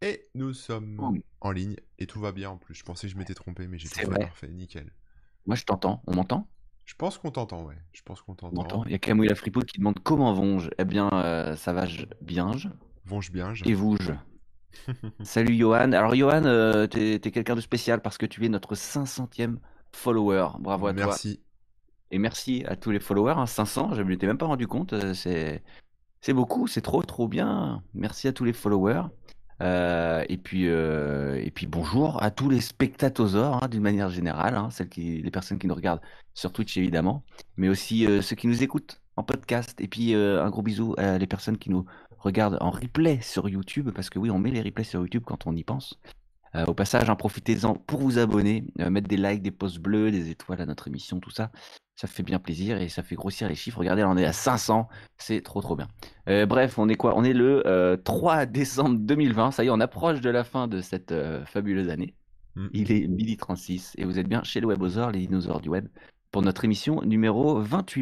Et nous sommes Oui, en ligne et tout va bien en plus. Je pensais que je m'étais trompé, mais j'ai tout c'est fait vrai. parfait, nickel. Moi, je t'entends. On m'entend? Je pense qu'on t'entend, ouais. Je pense qu'on On m'entend. t'entend. Il y a Camouille la Fripouille qui demande comment vont-je? Eh bien, ça va bien. Vonge bien. Et vous? Salut Johan. Alors Johan, t'es quelqu'un de spécial parce que tu es notre 500e follower. Bravo à toi. Merci. Et merci à tous les followers, hein. 500, je ne m'étais même pas rendu compte. C'est beaucoup, c'est trop bien. Merci à tous les followers. Et puis bonjour à tous les spectatosaures, hein, d'une manière générale, hein, les personnes qui nous regardent sur Twitch évidemment, mais aussi ceux qui nous écoutent en podcast. Et puis un gros bisou à les personnes qui nous regardent en replay sur YouTube, parce que oui, on met les replays sur YouTube quand on y pense. Au passage, hein, profitez-en pour vous abonner, mettre des likes, des pouces bleus, des étoiles à notre émission, tout ça. Ça fait bien plaisir et ça fait grossir les chiffres. Regardez, là, on est à 500. C'est trop bien. Bref, on est quoi? On est le 3 décembre 2020. Ça y est, on approche de la fin de cette fabuleuse année. Mm. Il est 12h36 et vous êtes bien chez le Webosaures, les dinosaures du web, pour notre émission numéro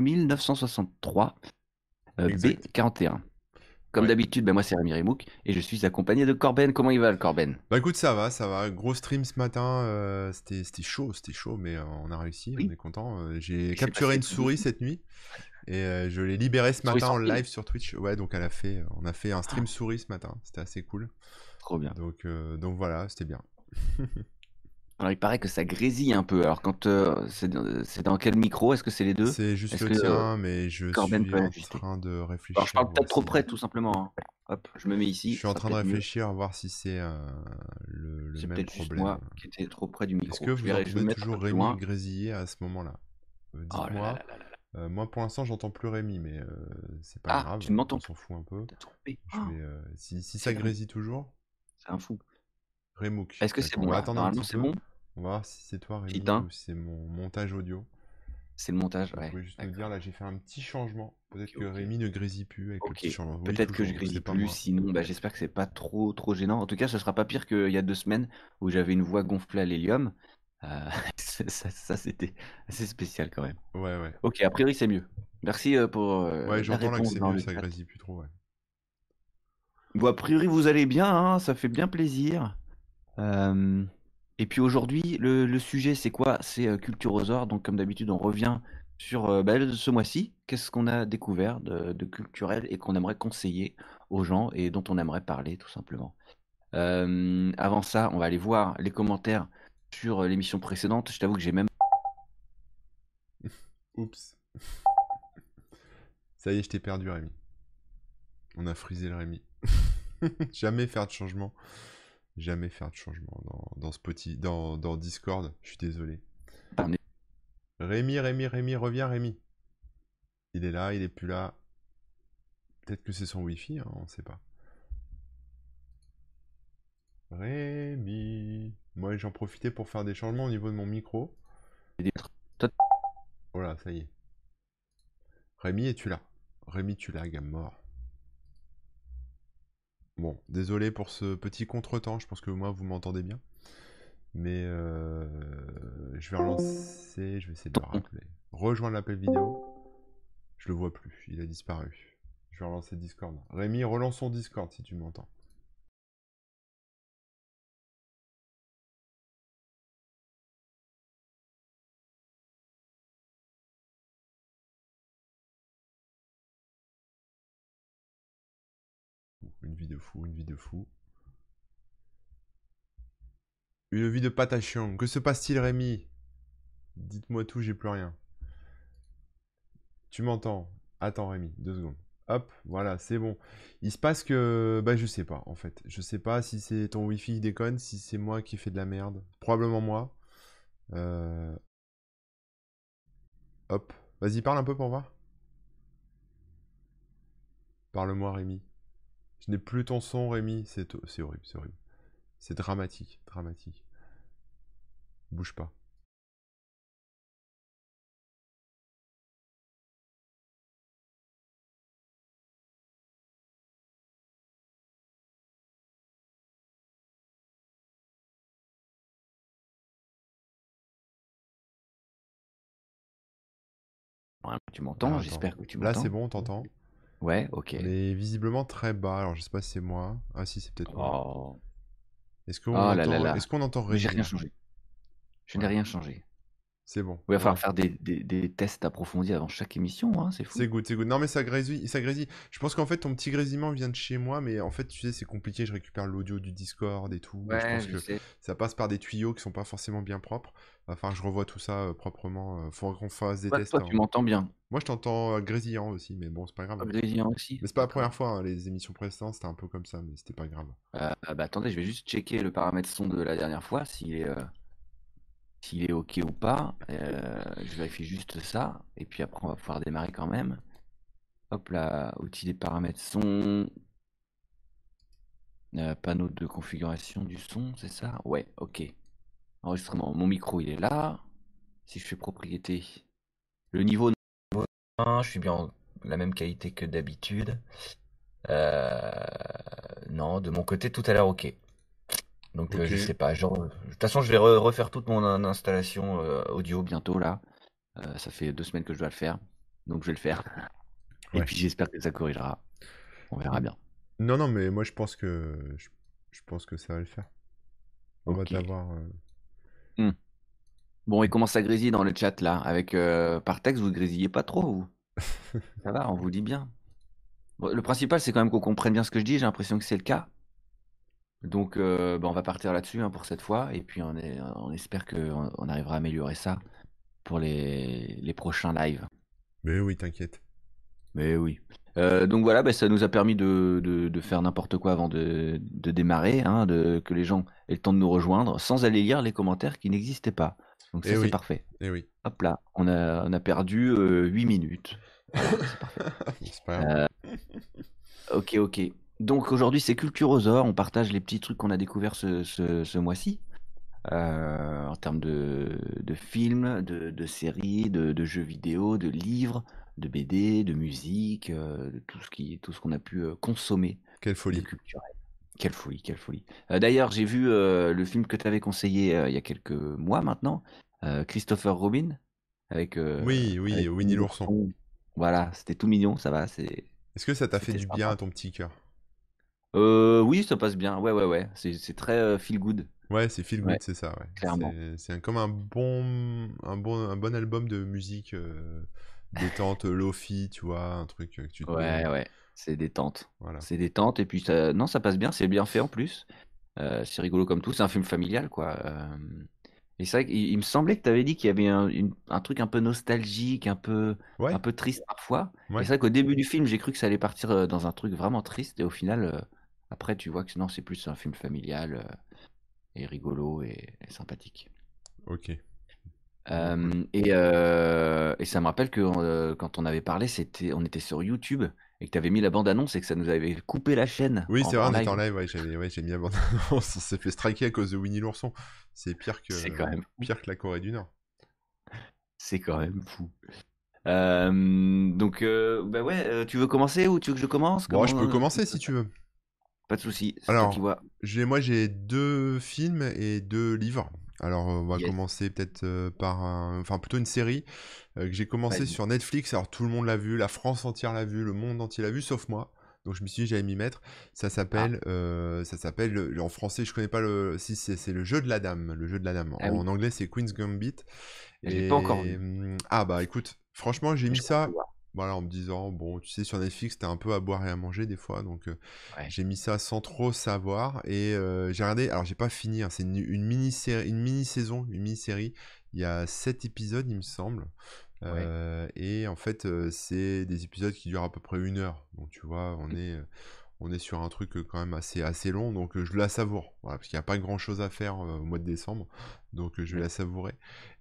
28963 Exact. B41. Comme Ouais. d'habitude, ben moi c'est Rémi Remouk et je suis accompagné de Corben. Comment il va le Corben? Bah écoute, ça va, ça va. Gros stream ce matin. C'était chaud, mais on a réussi, on Oui. est content. J'ai Il s'est capturé passé une tout de souris suite. cette nuit et je l'ai libérée ce Souris matin sans en fil. live sur Twitch. Ouais, donc on a fait un stream souris ce matin. C'était assez cool. Trop bien. Donc voilà, c'était bien. Alors, il paraît que ça grésille un peu. Alors, quand c'est dans quel micro? Est-ce que c'est les deux? C'est juste Est-ce le que tien, mais je Corben suis peut en ajuster? train de Alors, je réfléchir, parle voir peut-être trop si... près, tout simplement, hein. Hop, je me mets Je ici, suis ce en sera train de peut-être mieux. réfléchir, voir si c'est le C'est même peut-être juste problème. moi qui étais trop près du Est-ce que micro. Je vous verrai, je vais entendez me mettre un peu toujours plus Rémi loin. grésiller à ce moment-là? Oh là là Dites-moi. là là là là. Moi, pour l'instant, j'entends plus Rémi, mais c'est pas Ah, grave, tu ne on m'entends plus. s'en fout un peu. T'as trompé. Je Oh, vais, si ça c'est dingue. grésille toujours, C'est un fou. Rémouk. Est-ce que c'est D'accord, on bon va là? attendre un Normalement, petit c'est peu. bon? On va voir si c'est toi, Rémi, Titin, ou si c'est mon montage audio. c'est le montage. Vous Ouais, pouvez juste me dire, d'accord. là, j'ai fait un petit changement. Peut-être Ok, que ok. Rémi ne grésille plus avec le Ok, petit changement. Oui, peut-être que je toujours, donc c'est grésille pas plus, moi. sinon bah, j'espère que c'est pas trop gênant. En tout cas, ce sera pas pire qu'il y a 2 semaines où j'avais une voix gonflée à l'hélium. Ça, c'était assez spécial quand même. Ouais, ouais. Ok, a priori c'est mieux. Merci pour Ouais, la j'entends là que réponse c'est dans mieux, le ça chat. grésille plus trop, ouais. Bon, a priori vous allez bien, hein, ça fait bien plaisir. Euh, Et puis aujourd'hui, le sujet c'est quoi? C'est Culturosaure. Donc comme d'habitude, on revient sur ce mois-ci. Qu'est-ce qu'on a découvert de culturel et qu'on aimerait conseiller aux gens et dont on aimerait parler tout simplement. Avant ça, on va aller voir les commentaires sur l'émission précédente. Je t'avoue que j'ai même... Oups. Ça y est, je t'ai perdu, Rémi. On a frisé le Rémi. Jamais faire de changement. Jamais faire de changement dans Discord. Je suis désolé. parlé. Rémi, reviens, Rémi. Il est là, il est plus là. Peut-être que c'est son wifi, hein, on sait pas. Rémi. Moi, j'en profitais pour faire des changements au niveau de mon micro. Toi, Voilà, ça y est. Rémi, es-tu là? Rémi, tu lag à mort. Bon, désolé pour ce petit contretemps. Je pense que moi, vous m'entendez bien. Mais je vais relancer. Je vais essayer de le rappeler. Rejoindre l'appel vidéo. Je le vois plus. Il a disparu. Je vais relancer Discord. Rémi, relance son Discord si tu m'entends. Une vie de fou, une vie de fou. Une vie de patachon. Que se passe-t-il, Rémi? Dites-moi tout, j'ai plus rien. Tu m'entends? Attends, Rémi, 2 secondes. Hop, voilà, c'est bon. Il se passe que... Bah, je sais pas, en fait. Je sais pas si c'est ton Wi-Fi qui déconne, si c'est moi qui fais de la merde. Probablement moi. Euh, Hop. Vas-y, parle un peu pour voir. Parle-moi, Rémi. Je n'ai plus ton son, Rémi. C'est horrible, c'est horrible. C'est dramatique, dramatique. Bouge pas. tu Alors, m'entends? attends. J'espère que tu Là, c'est m'entends. bon, on t'entend. Ouais, ok. Mais visiblement très bas. Alors, je sais pas si c'est moi. Ah, si, c'est peut-être moi. Oh. Oh là là là. Est-ce qu'on entend Mais j'ai Régie rien là? changé. Je n'ai Ouais, rien changé. c'est bon. Il va Ouais. falloir faire des tests approfondis avant chaque émission, hein, c'est fou. C'est good, c'est good. Non, mais ça grésille, ça grésille. Je pense qu'en fait, ton petit grésillement vient de chez moi, mais en fait, tu sais, c'est compliqué. Je récupère l'audio du Discord et tout, et je Ouais, pense je que sais. ça passe par des tuyaux qui sont pas forcément bien propres. Enfin, je revois tout ça proprement. Faudra qu'on fasse des tests, Toi, tu hein. m'entends bien. Moi, je t'entends grésillant aussi, mais bon, c'est pas grave, hein. Grésillant aussi? Mais c'est pas la première D'accord. fois, hein. Les émissions précédentes, c'était un peu comme ça, mais c'était pas grave. Bah attendez, je vais juste checker le paramètre son de la dernière fois, s'il est OK ou pas. Je vérifie juste ça. Et puis après, on va pouvoir démarrer quand même. Hop là, outil des paramètres son. Panneau de configuration du son, c'est ça? Ouais, OK. Enregistrement. Mon micro, il est là. Si je fais propriété, le niveau 1, je suis bien en la même qualité que d'habitude. Non, de mon côté, tout a l'air OK. Donc Ok. je sais pas, genre, de toute façon je vais refaire toute mon installation audio bientôt là. Ça fait 2 semaines que je dois le faire, donc je vais le faire. Et Ouais. puis j'espère que ça corrigera. On verra N- bien. Non, non, mais moi, je pense que ça va le faire. On va Ok. t'avoir. Hmm. Bon, et comment ça grésille dans le chat là? Avec par texte, vous grésillez pas trop, vous? Ça va, on vous dit bien. Bon, le principal, c'est quand même qu'on comprenne bien ce que je dis. J'ai l'impression que c'est le cas. Donc, bah, on va partir là-dessus hein, pour cette fois. Et puis, on espère qu'on arrivera à améliorer ça pour les prochains lives. Mais oui, t'inquiète. Mais oui. Donc voilà, bah, ça nous a permis de faire n'importe quoi avant de démarrer, hein, que les gens aient le temps de nous rejoindre, sans aller lire les commentaires qui n'existaient pas. Donc ça, Eh c'est oui, parfait. eh oui. Hop là, on a perdu 8 minutes. Voilà, c'est parfait. Bon, c'est pas grave. Euh, ok, ok. Donc aujourd'hui, c'est Culturosaure. On partage les petits trucs qu'on a découverts ce mois-ci. En termes de films, de séries, de jeux vidéo, de livres, de BD, de musique, de tout ce qu'on a pu consommer Quelle de folie. culturel. Quelle folie, quelle folie. D'ailleurs, j'ai vu le film que tu avais conseillé il y a quelques mois maintenant, Christopher Robin, avec, Oui, oui, Winnie Winnie l'ourson. l'ourson. Voilà, c'était tout mignon, ça va, Est-ce que ça t'a fait c'était du bien sympa. à ton petit cœur? Oui, ça passe bien, ouais, ouais, ouais, c'est très feel good, Ouais, c'est feel ouais, good, c'est ça, ouais. clairement. Comme un bon album de musique détente, lofi, tu vois, un truc que tu te mets. Ouais, ouais, c'est détente. Voilà. C'est détente et puis ça, non, ça passe bien, c'est bien fait en plus. C'est rigolo comme tout, c'est un film familial quoi. Et c'est vrai qu'il me semblait que tu avais dit qu'il y avait un truc un peu nostalgique, un Ouais, peu triste parfois. Et ouais, c'est vrai qu'au début du film, j'ai cru que ça allait partir dans un truc vraiment triste et au final, après tu vois que non, c'est plus un film familial et rigolo et sympathique. ok. Bon, cool. Et ça me rappelle que quand on avait parlé, on était sur YouTube et que tu avais mis la bande-annonce et que ça nous avait coupé la chaîne Oui, c'est vrai, en on était live. en live, ouais, j'ai mis avant. On s'est fait striker à cause de Winnie l'ourson. C'est C'est quand même fou. pire que la Corée du Nord. C'est quand même fou. Donc, bah ouais, tu veux commencer ou tu veux que je commence? Bon, je Comment? peux commencer si tu veux. Pas de souci, c'est toi qui Alors, vois. moi j'ai 2 films et 2 livres. Alors, on va Yes, commencer peut-être enfin plutôt une série que j'ai commencé vas-y. sur Netflix. Alors tout le monde l'a vu, la France entière l'a vu, le monde entier l'a vu, sauf moi. Donc je me suis dit j'allais m'y mettre. Ah, Ça s'appelle en français, je connais pas le, si c'est le jeu de la dame, le jeu de la dame. ah oui, En anglais c'est Queen's Gambit. je l'ai pas encore Et vu, ah bah écoute, franchement j'ai mais mis je compte le ça. voir. Voilà, en me disant, bon, tu sais, sur Netflix, t'as un peu à boire et à manger des fois, donc Ouais, j'ai mis ça sans trop savoir et j'ai regardé. Alors j'ai pas fini, hein, c'est une mini-série, une mini-saison, une mini-série. Il y a 7 épisodes, il me semble. ouais. Et en fait, c'est des épisodes qui durent à peu près 1 heure. Donc tu vois, on est sur un truc quand même assez long. Donc je la savoure. Voilà, parce qu'il n'y a pas grand-chose à faire au mois de décembre. Donc je vais la D'accord. savourer.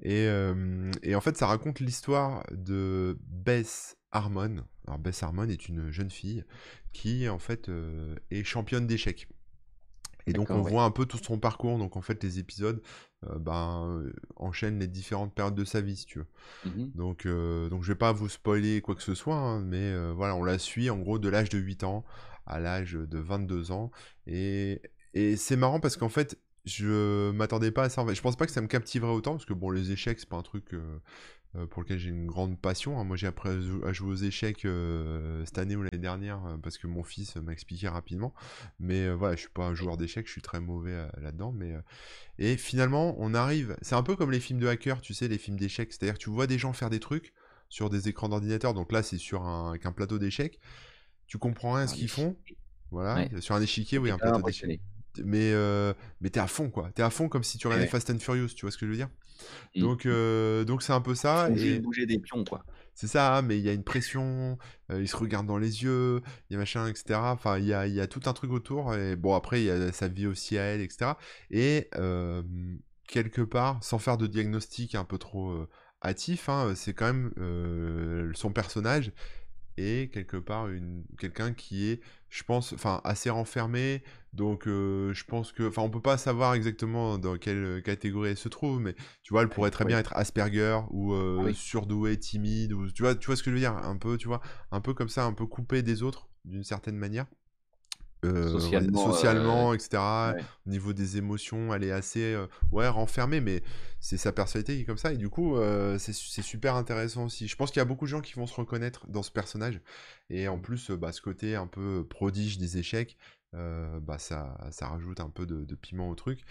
Et en fait, ça raconte l'histoire de Beth Harmon. Alors Beth Harmon est une jeune fille qui en fait est championne d'échecs. Et donc on D'accord, ouais. voit un peu tout son parcours. Donc en fait les épisodes enchaînent les différentes périodes de sa vie, si tu veux. Mhm. Donc je vais pas vous spoiler quoi que ce soit, hein, mais voilà, on la suit en gros de l'âge de 8 ans à l'âge de 22 ans. Et c'est marrant parce qu'en fait, je m'attendais pas à ça. En fait, je pense pas que ça me captiverait autant parce que bon, les échecs, c'est pas un truc pour lequel j'ai une grande passion, hein. Moi, j'ai appris à jouer aux échecs cette année ou l'année dernière parce que mon fils m'a expliqué rapidement. Mais voilà, je suis pas un joueur d'échecs, je suis très mauvais là-dedans. Et finalement, on arrive. C'est un peu comme les films de hackers, tu sais, les films d'échecs. C'est-à-dire que tu vois des gens faire des trucs sur des écrans d'ordinateur. Donc là, c'est avec un plateau d'échecs. Tu comprends rien à ce Alors, qu'ils font. Voilà, ouais. sur un échiquier, Mais oui, t'es un quand même plateau d'échecs. impressionné. Mais t'es à fond, quoi. T'es à fond comme si tu Ouais, regardais ouais. Fast and Furious, tu vois ce que je veux dire? Mm. Donc c'est un peu Ils ça, font juste et bouger des pions, quoi. c'est ça, hein, mais il y a une pression, ils se regardent dans les yeux, il y a machin, etc. Enfin, il y a tout un truc autour, et bon, après, il y a sa vie aussi à elle, etc. Et quelque part, sans faire de diagnostic un peu trop hâtif, hein, c'est quand même son personnage et quelque part quelqu'un qui est, je pense, enfin assez renfermé. Donc je pense que, enfin, on peut pas savoir exactement dans quelle catégorie elle se trouve, mais tu vois, elle pourrait très Oui. bien être Asperger ou Ah oui. surdouée, timide, ou tu vois ce que je veux dire, un peu, tu vois, un peu comme ça, un peu coupé des autres d'une certaine manière. Socialement, Socialement, etc. ouais. Au niveau des émotions, elle est assez ouais, renfermée, mais c'est sa personnalité qui est comme ça. Et du coup, c'est super intéressant aussi. Je pense qu'il y a beaucoup de gens qui vont se reconnaître dans ce personnage. Et en plus, bah, ce côté un peu prodige des échecs, bah, ça rajoute un peu de piment au truc.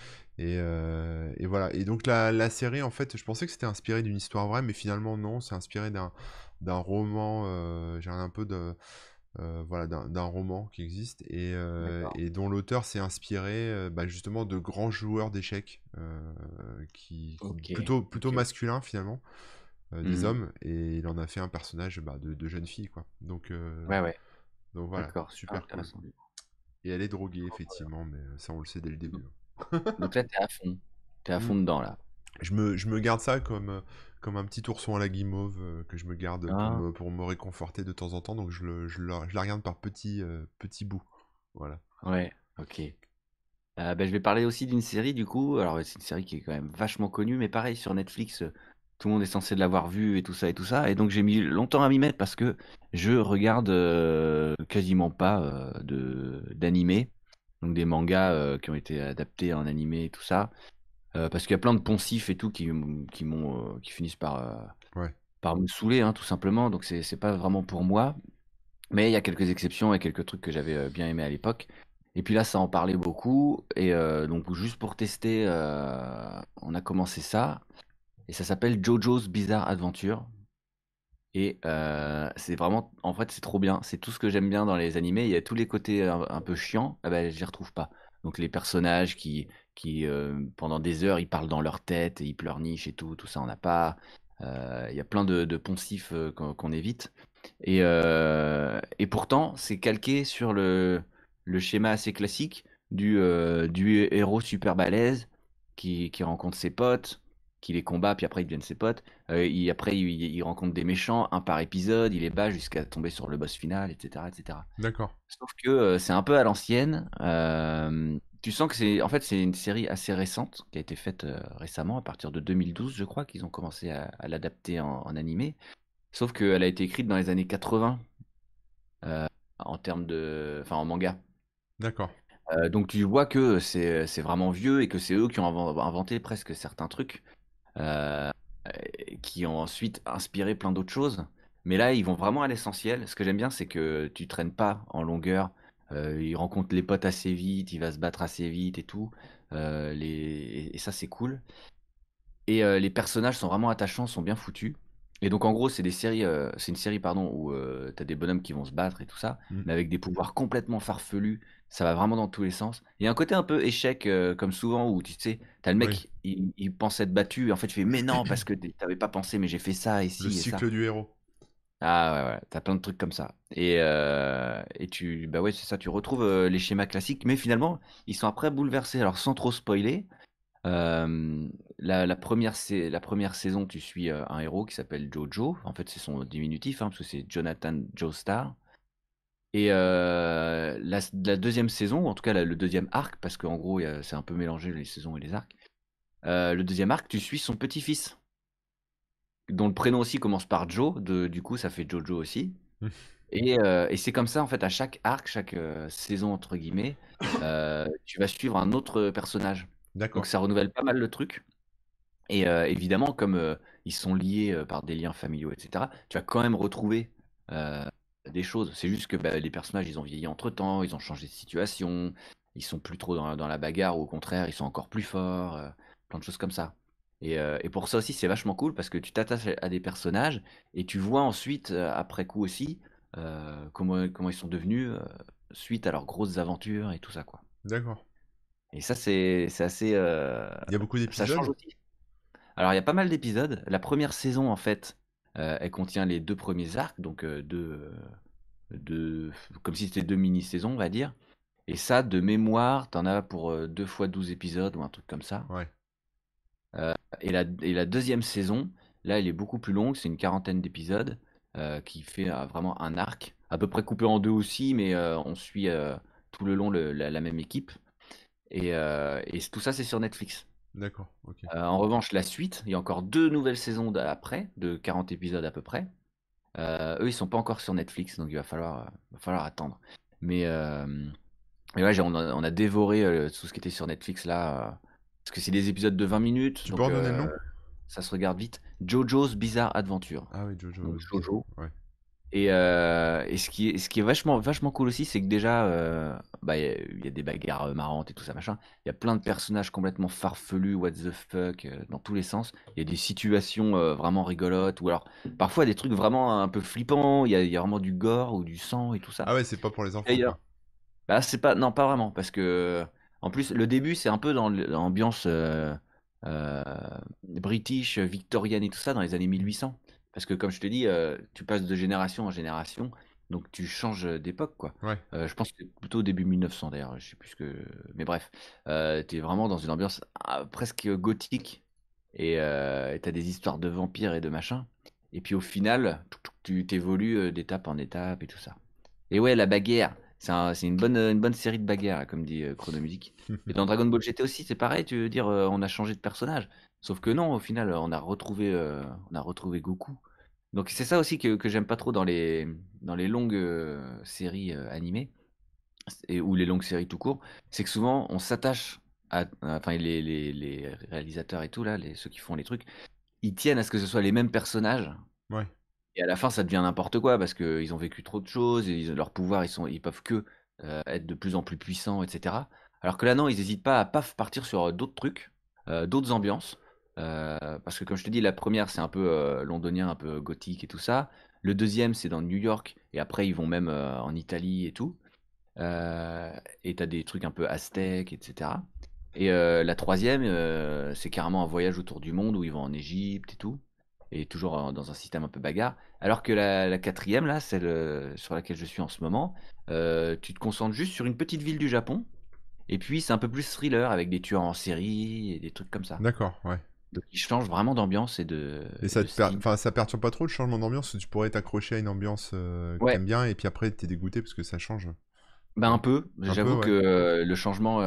Et voilà. Et donc la série, en fait, je pensais que c'était inspiré d'une histoire vraie, mais finalement non, c'est inspiré d'un roman. J'ai un peu de voilà, d'un roman qui existe D'accord. et dont l'auteur s'est inspiré bah, justement de grands joueurs d'échecs Ok. plutôt Ok, ok. masculins finalement, des Mhm. hommes, et il en a fait un personnage bah, de jeune fille, quoi. Ouais, ouais. Donc voilà, D'accord. Super super cool. intéressant. Et elle est droguée effectivement, mais ça on le sait dès le Donc, début, donc là, t'es à fond. T'es à hein. fond dedans, là. Je me garde ça comme un petit ourson à la guimauve que je me garde Ah, pour me réconforter de temps en temps, donc je la regarde par petits bouts. Voilà. ouais. Ok. Ben, je vais parler aussi d'une série, du coup. Alors, c'est une série qui est quand même vachement connue, mais pareil, sur Netflix, tout le monde est censé l'avoir vue et tout ça et tout ça. Et donc, j'ai mis longtemps à m'y mettre parce que je regarde quasiment pas d'animé. Donc, des mangas qui ont été adaptés en animé et tout ça. Parce qu'il y a plein de poncifs et tout qui finissent Ouais. par me saouler, hein, tout simplement. Donc, c'est pas vraiment pour moi. Mais il y a quelques exceptions et quelques trucs que j'avais bien aimé à l'époque. Et puis là, ça en parlait beaucoup. Et donc, juste pour tester, on a commencé ça. Et ça s'appelle JoJo's Bizarre Adventure. Et c'est vraiment, en fait, c'est trop bien. C'est tout ce que j'aime bien dans les animés. Il y a tous les côtés un peu chiants, ah ben, je les retrouve pas. Donc, les personnages qui pendant des heures, ils parlent dans leur tête et ils pleurnichent et tout ça, on n'a pas. Il y a plein de poncifs qu'on évite. Et pourtant, c'est calqué sur le schéma assez classique du héros super balèze qui rencontre ses potes, qui les combat, puis après ils deviennent ses potes. Après, il rencontre des méchants, un par épisode, il les bat jusqu'à tomber sur le boss final, etc., etc. D'accord. Sauf que c'est un peu à l'ancienne. Tu sens que c'est une série assez récente qui a été faite récemment, à partir de 2012, je crois, qu'ils ont commencé à l'adapter en animé. Sauf qu'elle a été écrite dans les années 80 euh, enfin en manga. D'accord. Donc tu vois que c'est vraiment vieux et que c'est eux qui ont inventé presque certains trucs euh, qui ont ensuite inspiré plein d'autres choses. Mais là, ils vont vraiment à l'essentiel. Ce que j'aime bien, c'est que tu traînes pas en longueur. Il rencontre les potes assez vite, il va se battre assez vite et tout. Et ça, c'est cool. Et les personnages sont vraiment attachants, sont bien foutus. Et donc en gros, c'est une série pardon où t'as des bonhommes qui vont se battre et tout ça, Mm. mais avec des pouvoirs complètement farfelus. Ça va vraiment dans tous les sens. Il y a un côté un peu échec, comme souvent, où tu sais, t'as le Oui. mec, il pense être battu, et en fait, tu fais, mais non, parce que t'avais pas pensé, mais j'ai fait ça et Le ci et ça. cycle du héros. Ah ouais, ouais, t'as plein de trucs comme ça. Bah ouais, c'est ça, tu retrouves les schémas classiques, mais finalement, ils sont après bouleversés. Alors sans trop spoiler, la première saison, tu suis un héros qui s'appelle Jojo. En fait, c'est son diminutif, hein, parce que c'est Jonathan Joestar. Et la deuxième saison, ou en tout cas le deuxième arc, parce qu'en gros, c'est un peu mélangé les saisons et les arcs. Le deuxième arc, tu suis son petit-fils, dont le prénom aussi commence par Joe. Du coup, ça fait Jojo aussi. Mm. Et c'est comme ça, en fait, à chaque arc, chaque saison, entre guillemets, tu vas suivre un autre personnage. Donc D'accord. ça renouvelle pas mal le truc. Et évidemment, comme ils sont liés par des liens familiaux, etc., tu vas quand même retrouver euh, des choses. C'est juste que bah, les personnages, ils ont vieilli entre-temps, ils ont changé de situation, ils sont plus trop dans la bagarre, ou au contraire, ils sont encore plus forts, plein de choses comme ça. Et pour ça aussi, c'est vachement cool parce que tu t'attaches à des personnages et tu vois ensuite, après coup aussi, comment ils sont devenus suite à leurs grosses aventures et tout ça, quoi. D'accord. Et ça, c'est assez. Il y a beaucoup Ça change d'épisodes? aussi. Alors, il y a pas mal d'épisodes. La première saison, en fait, elle contient les 2 premiers arcs, donc comme si c'était 2 mini-saisons, on va dire. Et ça, de mémoire, t'en as pour 2 fois 12 épisodes ou un truc comme ça. Ouais. Et la deuxième saison, là, elle est beaucoup plus longue. C'est une quarantaine d'épisodes qui fait vraiment un arc, à peu près coupé en deux aussi, mais on suit tout le long la même équipe. Et tout ça, c'est sur Netflix. D'accord. Ok. En revanche, la suite, il y a encore 2 nouvelles saisons après, de 40 épisodes à peu près. Eux, ils sont pas encore sur Netflix, donc il va falloir attendre. Mais ouais, on a dévoré tout ce qui était sur Netflix là, parce que c'est des épisodes de 20 minutes, Tu peux donc en donner le nom? ça se regarde vite. JoJo's Bizarre Adventure, Ah oui, Jojo donc Bizarre. Jojo. Ouais. Et ce qui est vachement, vachement cool aussi, c'est que déjà, bah, il y a des bagarres marrantes et tout ça, machin. Il y a plein de personnages complètement farfelus, what the fuck, dans tous les sens. Il y a des situations vraiment rigolotes, ou alors parfois des trucs vraiment un peu flippants. Il y a vraiment du gore ou du sang et tout ça. Ah ouais, c'est pas pour les enfants, D'ailleurs, quoi. bah, c'est pas, non, pas vraiment, parce que en plus, le début, c'est un peu dans l'ambiance euh, british, victorienne et tout ça, dans les années 1800. Parce que, comme je te dis, tu passes de génération en génération, donc tu changes d'époque, quoi. Ouais. Je pense que c'est plutôt début 1900 d'ailleurs, je sais plus ce que. Mais bref, tu es vraiment dans une ambiance presque gothique, et tu as des histoires de vampires et de machins. Et puis au final, tu t'évolues d'étape en étape et tout ça. Et ouais, la bagarre, c'est une bonne série de bagarres, comme dit Chronomusique. Et dans Dragon Ball GT aussi, c'est pareil, tu veux dire, on a changé de personnage. Sauf que non, au final, on a retrouvé Goku. Donc c'est ça aussi que j'aime pas trop dans les longues séries animées, ou les longues séries tout court, c'est que souvent on s'attache enfin les réalisateurs et tout, là, ceux qui font les trucs, ils tiennent à ce que ce soit les mêmes personnages. Ouais. Et à la fin, ça devient n'importe quoi parce qu'ils ont vécu trop de choses, et leurs pouvoirs, ils peuvent que être de plus en plus puissants, etc. Alors que là, non, ils n'hésitent pas à paf partir sur d'autres trucs, d'autres ambiances. Parce que comme je te dis, la première, c'est un peu londonien, un peu gothique et tout ça. Le deuxième, c'est dans New York, et après, ils vont même en Italie et tout. Et t'as des trucs un peu aztèques, etc. Et la troisième, c'est carrément un voyage autour du monde où ils vont en Égypte et tout. Et toujours dans un système un peu bagarre. Alors que la quatrième, là, celle sur laquelle je suis en ce moment, tu te concentres juste sur une petite ville du Japon. Et puis c'est un peu plus thriller avec des tueurs en série et des trucs comme ça. D'accord, ouais. Donc ils changent vraiment d'ambiance et Et de style. enfin, ça perturbe pas trop le changement d'ambiance? Tu pourrais t'accrocher à une ambiance que Ouais, t'aimes bien et puis après t'es dégoûté parce que ça change. bah un peu. Un peu, J'avoue que ouais. le changement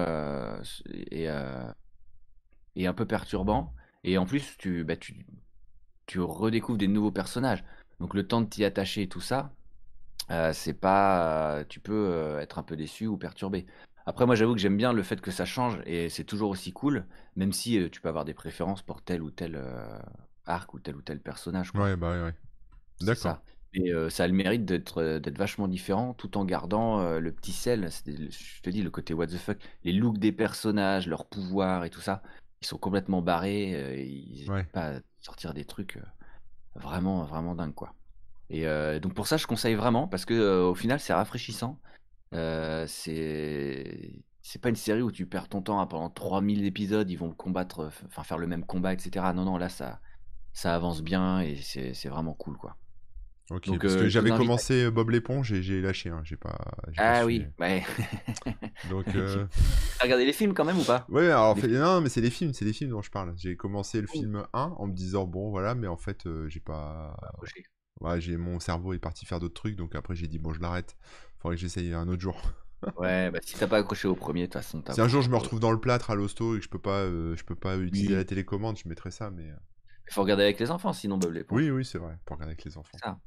est un peu perturbant. Et en plus, tu redécouvres des nouveaux personnages. Donc le temps de t'y attacher et tout ça, c'est pas, tu peux être un peu déçu ou perturbé. Après, moi, j'avoue que j'aime bien le fait que ça change et c'est toujours aussi cool, même si tu peux avoir des préférences pour tel ou tel arc ou tel personnage, quoi. Ouais, bah ouais, ouais. C'est D'accord. ça. Et ça a le mérite d'être vachement différent tout en gardant le petit sel. Je te dis, le côté what the fuck, les looks des personnages, leurs pouvoirs et tout ça, ils sont complètement barrés. Ils Ouais. n'hésitent pas à sortir des trucs vraiment, vraiment dingues, quoi. Et donc pour ça, je conseille vraiment parce que au final, c'est rafraîchissant. C'est pas une série où tu perds ton temps pendant 3000 épisodes, ils vont combattre, enfin faire le même combat, etc. Non, non, là, ça avance bien et c'est vraiment cool, quoi. Ok, Donc parce que je vous j'avais invite à... commencé Bob l'éponge et j'ai lâché, hein. J'ai pas Ah suivi. oui, ouais. Donc, T'as regardé les films quand même ou pas? ouais, alors, Les films. non, mais c'est les films dont je parle. J'ai commencé le film 1 en me disant, bon, voilà, mais en fait, j'ai pas. Accroché. Ouais, mon cerveau est parti faire d'autres trucs, donc après j'ai dit, bon, je l'arrête. Faudrait que j'essaye un autre jour. Ouais, bah si t'as pas accroché au premier, de toute façon, Si un jour t'accrocheras je me pas au... retrouve dans le plâtre à l'hosto et que je peux pas utiliser la Oui. télécommande, je mettrai ça, mais. Il faut regarder avec les enfants, sinon Bob Oui, l'éponge. oui, c'est vrai, pour regarder avec les enfants. C'est ça.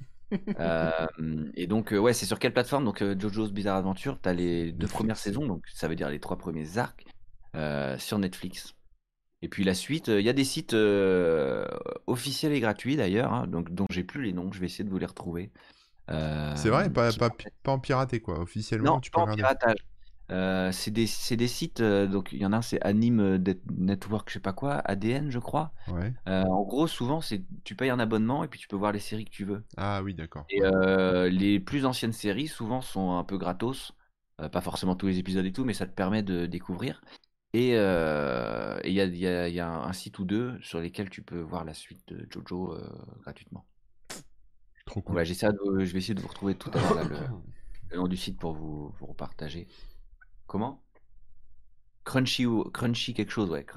Et donc, ouais, c'est sur quelle plateforme? Donc, JoJo's Bizarre Adventure, t'as les 2 premières Netflix. saisons, donc ça veut dire les 3 premiers arcs sur Netflix. Et puis la suite, il y a des sites officiels et gratuits d'ailleurs, hein, donc, dont j'ai plus les noms, je vais essayer de vous les retrouver. C'est vrai, Qui permettent... pas en piraté, quoi. Officiellement, Non, tu peux pas en regarder. piratage. C'est des sites, donc il y en a un, c'est Anime Network, je sais pas quoi, ADN, je crois. Ouais. En gros, souvent, tu payes un abonnement et puis tu peux voir les séries que tu veux. Ah oui, d'accord. Et Ouais. les plus anciennes séries, souvent, sont un peu gratos. Pas forcément tous les épisodes et tout, mais ça te permet de découvrir. Et il y a un site ou deux sur lesquels tu peux voir la suite de Jojo gratuitement. Trop Donc cool. voilà, je vais essayer de vous retrouver tout à l'heure là, le nom du site pour vous repartager. Comment? Crunchy quelque chose, ouais.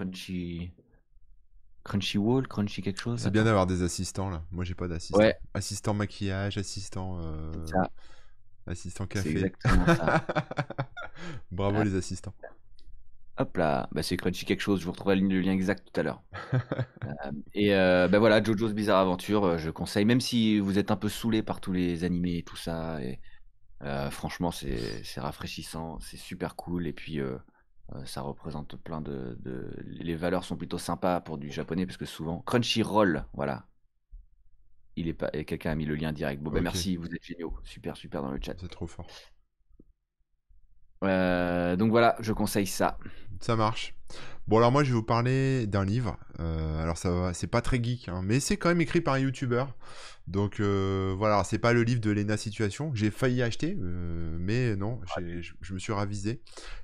Crunchy Crunchy quelque chose, C'est bien attends. d'avoir des assistants, là. Moi, j'ai pas d'assistant. Ouais, Assistant maquillage, assistant, c'est ça, assistant c'est café. exactement ça. Bravo Ah, les assistants. hop là, bah, c'est Crunchy quelque chose, je vous retrouverai le lien exact tout à l'heure. Et bah voilà, Jojo's Bizarre Adventure, je conseille, même si vous êtes un peu saoulé par tous les animés et tout ça, et franchement c'est rafraîchissant, c'est super cool, et puis ça représente plein les valeurs sont plutôt sympas pour du japonais, parce que souvent, Crunchyroll, voilà, il est pas, et quelqu'un a mis le lien direct. Bon bah Ok, merci, vous êtes géniaux, super super dans le chat. c'est trop fort. Donc voilà, je conseille ça. Ça marche. Bon, alors moi, je vais vous parler d'un livre. Alors, ça va, c'est pas très geek, hein, mais c'est quand même écrit par un youtubeur. Donc, voilà, c'est pas le livre de Lena Situation que j'ai failli acheter, mais non, je me suis ravisé.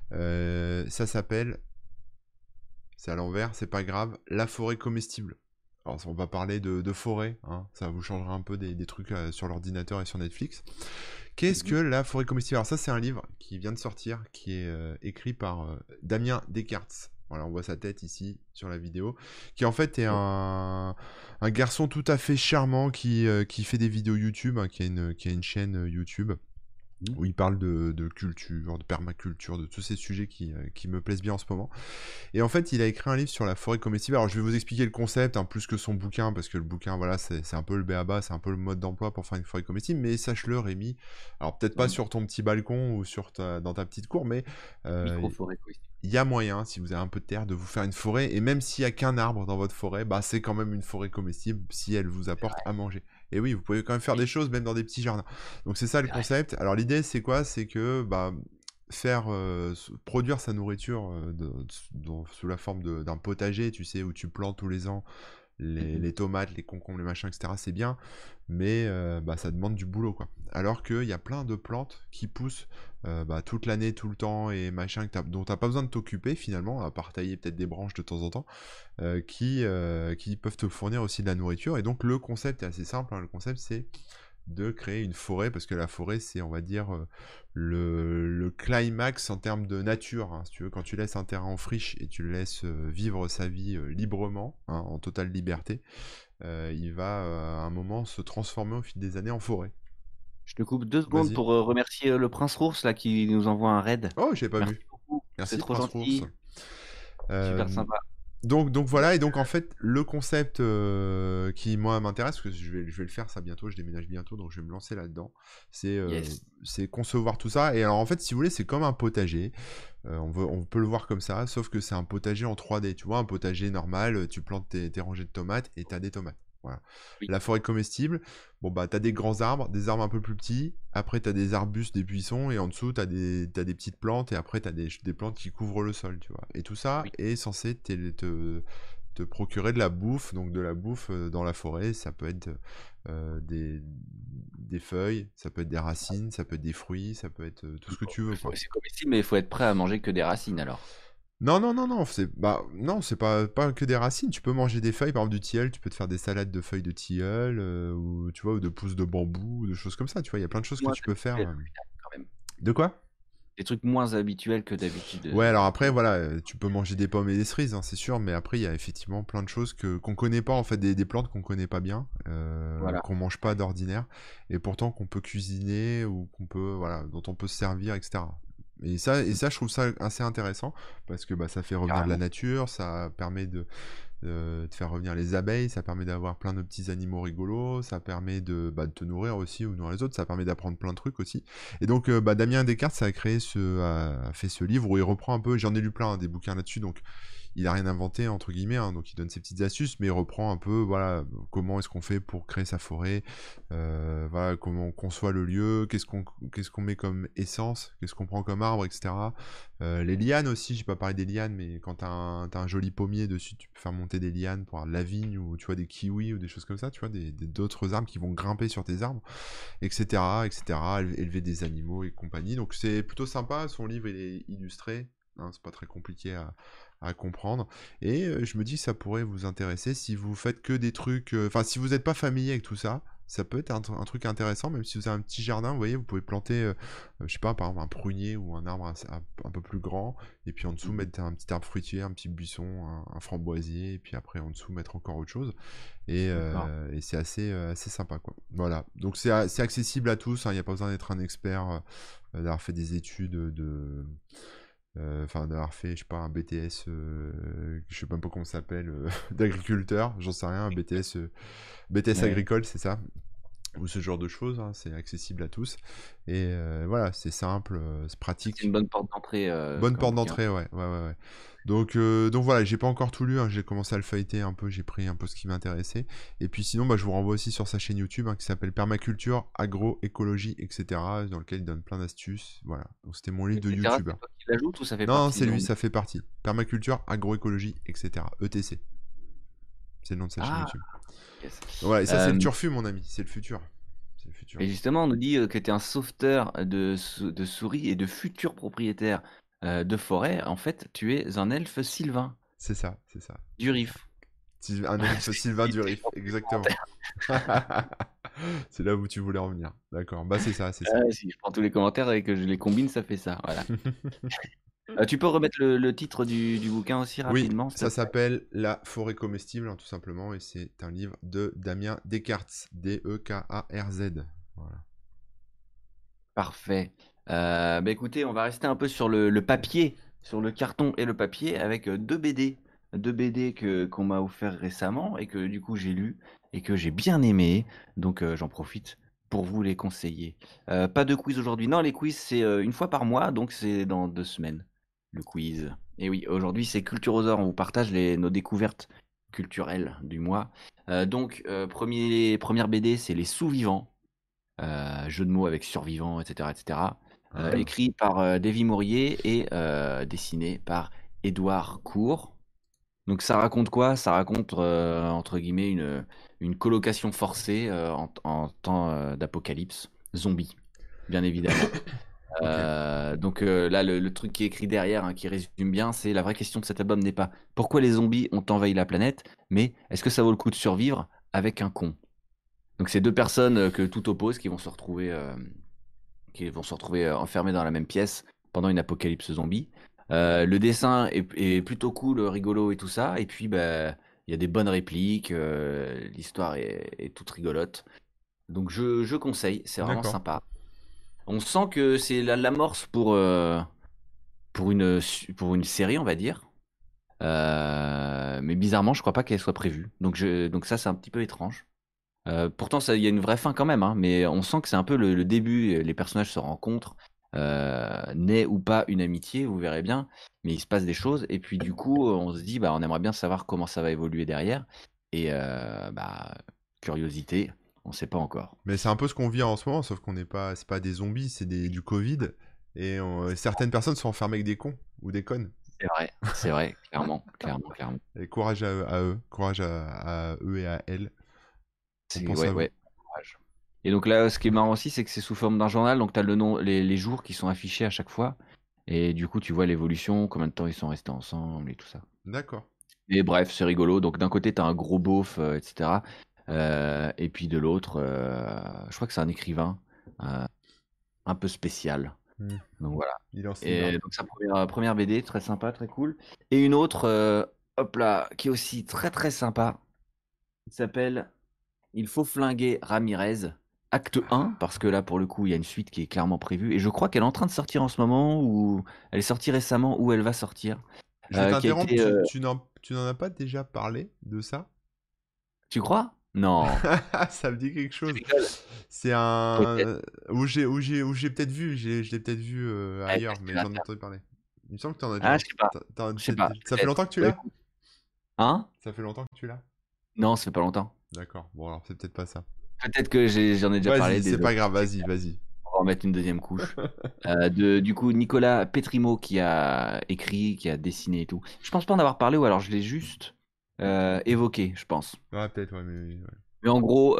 Ça s'appelle, c'est à l'envers, c'est pas grave, La forêt comestible. Alors, on va parler de forêt, hein, ça vous changera un peu des trucs sur l'ordinateur et sur Netflix. Qu'est-ce que Mhm. la forêt comestible? Alors ça, c'est un livre qui vient de sortir, qui est écrit par Damien Descartes. Voilà, on voit sa tête ici sur la vidéo, qui en fait est un garçon tout à fait charmant qui fait des vidéos YouTube, hein, qui a une chaîne YouTube Mhm. où il parle de culture, de permaculture, de tous ces sujets qui me plaisent bien en ce moment. Et en fait, il a écrit un livre sur la forêt comestible. Alors, je vais vous expliquer le concept, hein, plus que son bouquin, parce que le bouquin, voilà, c'est un peu le b.a.-ba, c'est un peu le mode d'emploi pour faire une forêt comestible. Mais sache-le, Rémi, alors peut-être pas Mhm. sur ton petit balcon ou dans ta petite cour, mais Micro-forêt, quoi. il y a moyen, si vous avez un peu de terre, de vous faire une forêt. Et même s'il n'y a qu'un arbre dans votre forêt, bah, c'est quand même une forêt comestible si elle vous C'est apporte vrai, à manger. Et oui, vous pouvez quand même faire oui, des choses, même dans des petits jardins. Donc c'est ça le c'est vrai. concept. Alors l'idée, c'est quoi? C'est que bah, produire sa nourriture sous la forme d'un potager, tu sais, où tu plantes tous les ans Mhm. les tomates, les concombres, les machins, etc. C'est bien, mais bah, ça demande du boulot, quoi. Alors qu'il y a plein de plantes qui poussent bah, toute l'année, tout le temps, et machin, dont t'as pas besoin de t'occuper finalement, à part tailler peut-être des branches de temps en temps, qui peuvent te fournir aussi de la nourriture. Et donc le concept est assez simple, hein. Le concept c'est de créer une forêt, parce que la forêt, c'est, on va dire, le climax en termes de nature, hein, si tu veux, quand tu laisses un terrain en friche et tu le laisses vivre sa vie librement, hein, en totale liberté, il va à un moment se transformer au fil des années en forêt. Je te coupe 2 secondes Vas-y. pour remercier le Prince Rours là qui nous envoie un raid. Oh, j'ai pas Merci vu. beaucoup, c'est Merci, trop Prince Rours. gentil, super Euh, sympa. donc en fait, le concept qui moi m'intéresse, parce que je vais le faire ça bientôt, je déménage bientôt, donc je vais me lancer là-dedans. Yes. C'est concevoir tout ça. Et alors en fait, si vous voulez, c'est comme un potager. On peut le voir comme ça, sauf que c'est un potager en 3D. Tu vois, un potager normal, tu plantes tes rangées de tomates et t'as des tomates. Voilà. Oui. La forêt comestible, bon bah t'as des grands arbres, des arbres un peu plus petits, après t'as des arbustes, des buissons, et en dessous t'as des petites plantes, et après t'as des plantes qui couvrent le sol, tu vois. Et tout ça Oui. est censé te procurer de la bouffe, donc de la bouffe dans la forêt, ça peut être des feuilles, ça peut être des racines, ça peut être des fruits, ça peut être tout ce que tu veux, quoi. C'est comestible, mais il faut être prêt à manger que des racines alors. Non, non, non, non, c'est bah, non, c'est pas que des racines. Tu peux manger des feuilles, par exemple du tilleul, tu peux te faire des salades de feuilles de tilleul, ou tu vois, ou de pousses de bambou, ou de choses comme ça, tu vois, il y a plein de choses que Moins tu peux faire. habituel quand même. De quoi? Des trucs moins habituels que d'habitude. Ouais, alors après, voilà, tu peux manger des pommes et des cerises, hein, c'est sûr, mais après, il y a effectivement plein de choses qu'on connaît pas, en fait, des plantes qu'on connaît pas bien, Voilà. qu'on mange pas d'ordinaire, et pourtant qu'on peut cuisiner, ou qu'on peut, voilà, dont on peut se servir, etc. Et ça, je trouve ça assez intéressant, parce que bah, ça fait revenir de la Carrément. nature, ça permet de faire revenir les abeilles, ça permet d'avoir plein de petits animaux rigolos, ça permet de te nourrir aussi ou nourrir les autres, ça permet d'apprendre plein de trucs aussi. Et donc Damien Descartes a fait ce livre où il reprend un peu, j'en ai lu plein des bouquins là-dessus, donc il a rien inventé entre guillemets, hein, donc il donne ses petites astuces, mais il reprend un peu, voilà, comment est-ce qu'on fait pour créer sa forêt, voilà, comment on conçoit le lieu, qu'est-ce qu'on met comme essence, qu'est-ce qu'on prend comme arbre, etc. Les lianes aussi, j'ai pas parlé des lianes, mais quand t'as un joli pommier dessus, tu peux faire monter des lianes pour avoir de la vigne ou tu vois des kiwis ou des choses comme ça, tu vois, d'autres arbres qui vont grimper sur tes arbres, etc., etc. Élever des animaux et compagnie. Donc c'est plutôt sympa. Son livre il est illustré, hein, c'est pas très compliqué à comprendre. Et je me dis que ça pourrait vous intéresser si vous faites que des trucs. Enfin, si vous n'êtes pas familier avec tout ça. Ça peut être un truc intéressant, même si vous avez un petit jardin, vous voyez, vous pouvez planter, je sais pas, par exemple un prunier ou un arbre un peu plus grand, et puis en dessous mettre un petit arbre fruitier, un petit buisson, un framboisier, et puis après en dessous mettre encore autre chose, D'accord. et c'est assez sympa, quoi. Voilà, donc c'est accessible à tous, hein, il n'y a pas besoin d'être un expert, d'avoir fait des études enfin d'avoir fait, je sais pas, un BTS, je sais même pas comment ça s'appelle, d'agriculteur, j'en sais rien, un BTS Ouais. agricole, c'est ça, ou ce genre de choses, hein, c'est accessible à tous. Et voilà, c'est simple, c'est C'est une pratique. bonne porte d'entrée Bonne comme porte bouquin. d'entrée, ouais, ouais, ouais, ouais. Donc voilà, j'ai pas encore tout lu, hein, j'ai commencé à le feuilleter un peu, j'ai pris un peu ce qui m'intéressait. Et puis sinon, bah, je vous renvoie aussi sur sa chaîne YouTube, hein, qui s'appelle Permaculture, Agroécologie, etc., dans lequel il donne plein d'astuces. Voilà, donc c'était mon livre de Etc. YouTube, C'est hein. toi qui l'ajoutes ou ça fait Non, partie c'est du lui, nom? ça fait partie. Permaculture, Agroécologie, etc., ETC. C'est le nom de sa chaîne Ah, YouTube. yes. Voilà, et ça, c'est le Euh, turfu, mon ami, c'est le futur. C'est le futur. et justement, on nous dit que tu es un sauveteur de souris et de futurs propriétaires de forêt. En fait, tu es un elfe sylvain C'est ça, c'est ça. du Rif. Un elfe C'est Sylvain c'est du écrit Rif, dans les exactement. commentaires. C'est là où tu voulais en venir. D'accord, bah c'est ça, c'est ça. Si je prends tous les commentaires et que je les combine, ça fait ça. Voilà. Tu peux remettre le titre du bouquin aussi Oui, rapidement, s'il te ça plaît? s'appelle La forêt comestible, hein, tout simplement, et c'est un livre de Damien Descartes, Dekarz. Voilà. Parfait. Bah écoutez, on va rester un peu sur le papier, sur le carton et le papier, avec deux BD. Deux BD qu'on m'a offert récemment et que du coup j'ai lu et que j'ai bien aimé. Donc j'en profite pour vous les conseiller. Pas de quiz aujourd'hui. Non, les quiz c'est une fois par mois, donc c'est dans 2 semaines, le quiz. Et oui, aujourd'hui c'est Culturosaure, on vous partage nos découvertes culturelles du mois. Première BD, c'est Les Sous-Vivants. Jeu de mots avec survivant, etc., etc. Ah, Écrit par Davy Maurier et dessiné par Édouard Court. Donc ça raconte quoi? Ça raconte entre guillemets une colocation forcée en temps d'apocalypse, zombie, bien évidemment. ok. Là, le truc qui est écrit derrière, hein, qui résume bien, c'est la vraie question de cet album n'est pas pourquoi les zombies ont envahi la planète, mais est-ce que ça vaut le coup de survivre avec un con? Donc c'est deux personnes que tout oppose qui vont se retrouver enfermées dans la même pièce pendant une apocalypse zombie. Le dessin est plutôt cool, rigolo et tout ça. Et puis bah, il y a des bonnes répliques, l'histoire est toute rigolote. Donc je conseille, c'est vraiment D'accord. sympa. On sent que c'est l'amorce pour une série, on va dire. Mais bizarrement, je crois pas qu'elle soit prévue. Donc ça, c'est un petit peu étrange. Pourtant, il y a une vraie fin quand même, hein, mais on sent que c'est un peu le début. Les personnages se rencontrent, naît ou pas une amitié, vous verrez bien, mais il se passe des choses. Et puis du coup, on se dit, bah, on aimerait bien savoir comment ça va évoluer derrière. Et bah, curiosité, on ne sait pas encore. Mais c'est un peu ce qu'on vit en ce moment, sauf qu'on n'est pas, c'est pas des zombies, du Covid, et certaines personnes sont enfermées avec des cons ou des connes. C'est vrai, clairement, clairement, clairement. Et courage à eux, courage à eux et à elles. On pense Ouais, à vous. ouais. Courage. Et donc là, ce qui est marrant aussi, c'est que c'est sous forme d'un journal, donc tu as le nom, les jours qui sont affichés à chaque fois. Et du coup, tu vois l'évolution, combien de temps ils sont restés ensemble et tout ça. D'accord. Et bref, c'est rigolo. Donc d'un côté, tu as un gros beauf, etc. Et puis de l'autre, je crois que c'est un écrivain euh, un peu spécial. Hmm. Donc voilà. Il est en Et slibard. donc sa première BD, très sympa, très cool. Et une autre, hop là, qui est aussi très très sympa, qui s'appelle Il faut flinguer Ramirez, acte 1, parce que là, pour le coup, il y a une suite qui est clairement prévue. Et je crois qu'elle est en train de sortir en ce moment, ou elle est sortie récemment, ou elle va sortir. Je vais qui a t'interrompre, été. tu n'en as pas déjà parlé de ça? Tu crois? Non. Ça me dit quelque Je chose. rigole. C'est Peut-être. un où j'ai peut-être vu, je l'ai peut-être vu ailleurs, Qu'est-ce que tu mais vas j'en ai faire? entendu parler. Il me semble que t'en as Ah, déjà, je sais pas. Je sais pas. ça fait Peut-être. longtemps que tu Bah, l'as? écoute. Hein? Ça fait longtemps que tu l'as? Non, ça fait pas longtemps. D'accord. Bon, alors c'est peut-être pas ça. Peut-être que j'en ai déjà parlé, Vas-y, c'est désolé. pas grave, vas-y, vas-y. On va en mettre une deuxième couche. Du coup, Nicolas Petrimo qui a écrit, qui a dessiné et tout. Je pense pas en avoir parlé, ou alors je l'ai juste évoqué, je pense. Ouais, peut-être, ouais, mais ouais. Mais en gros,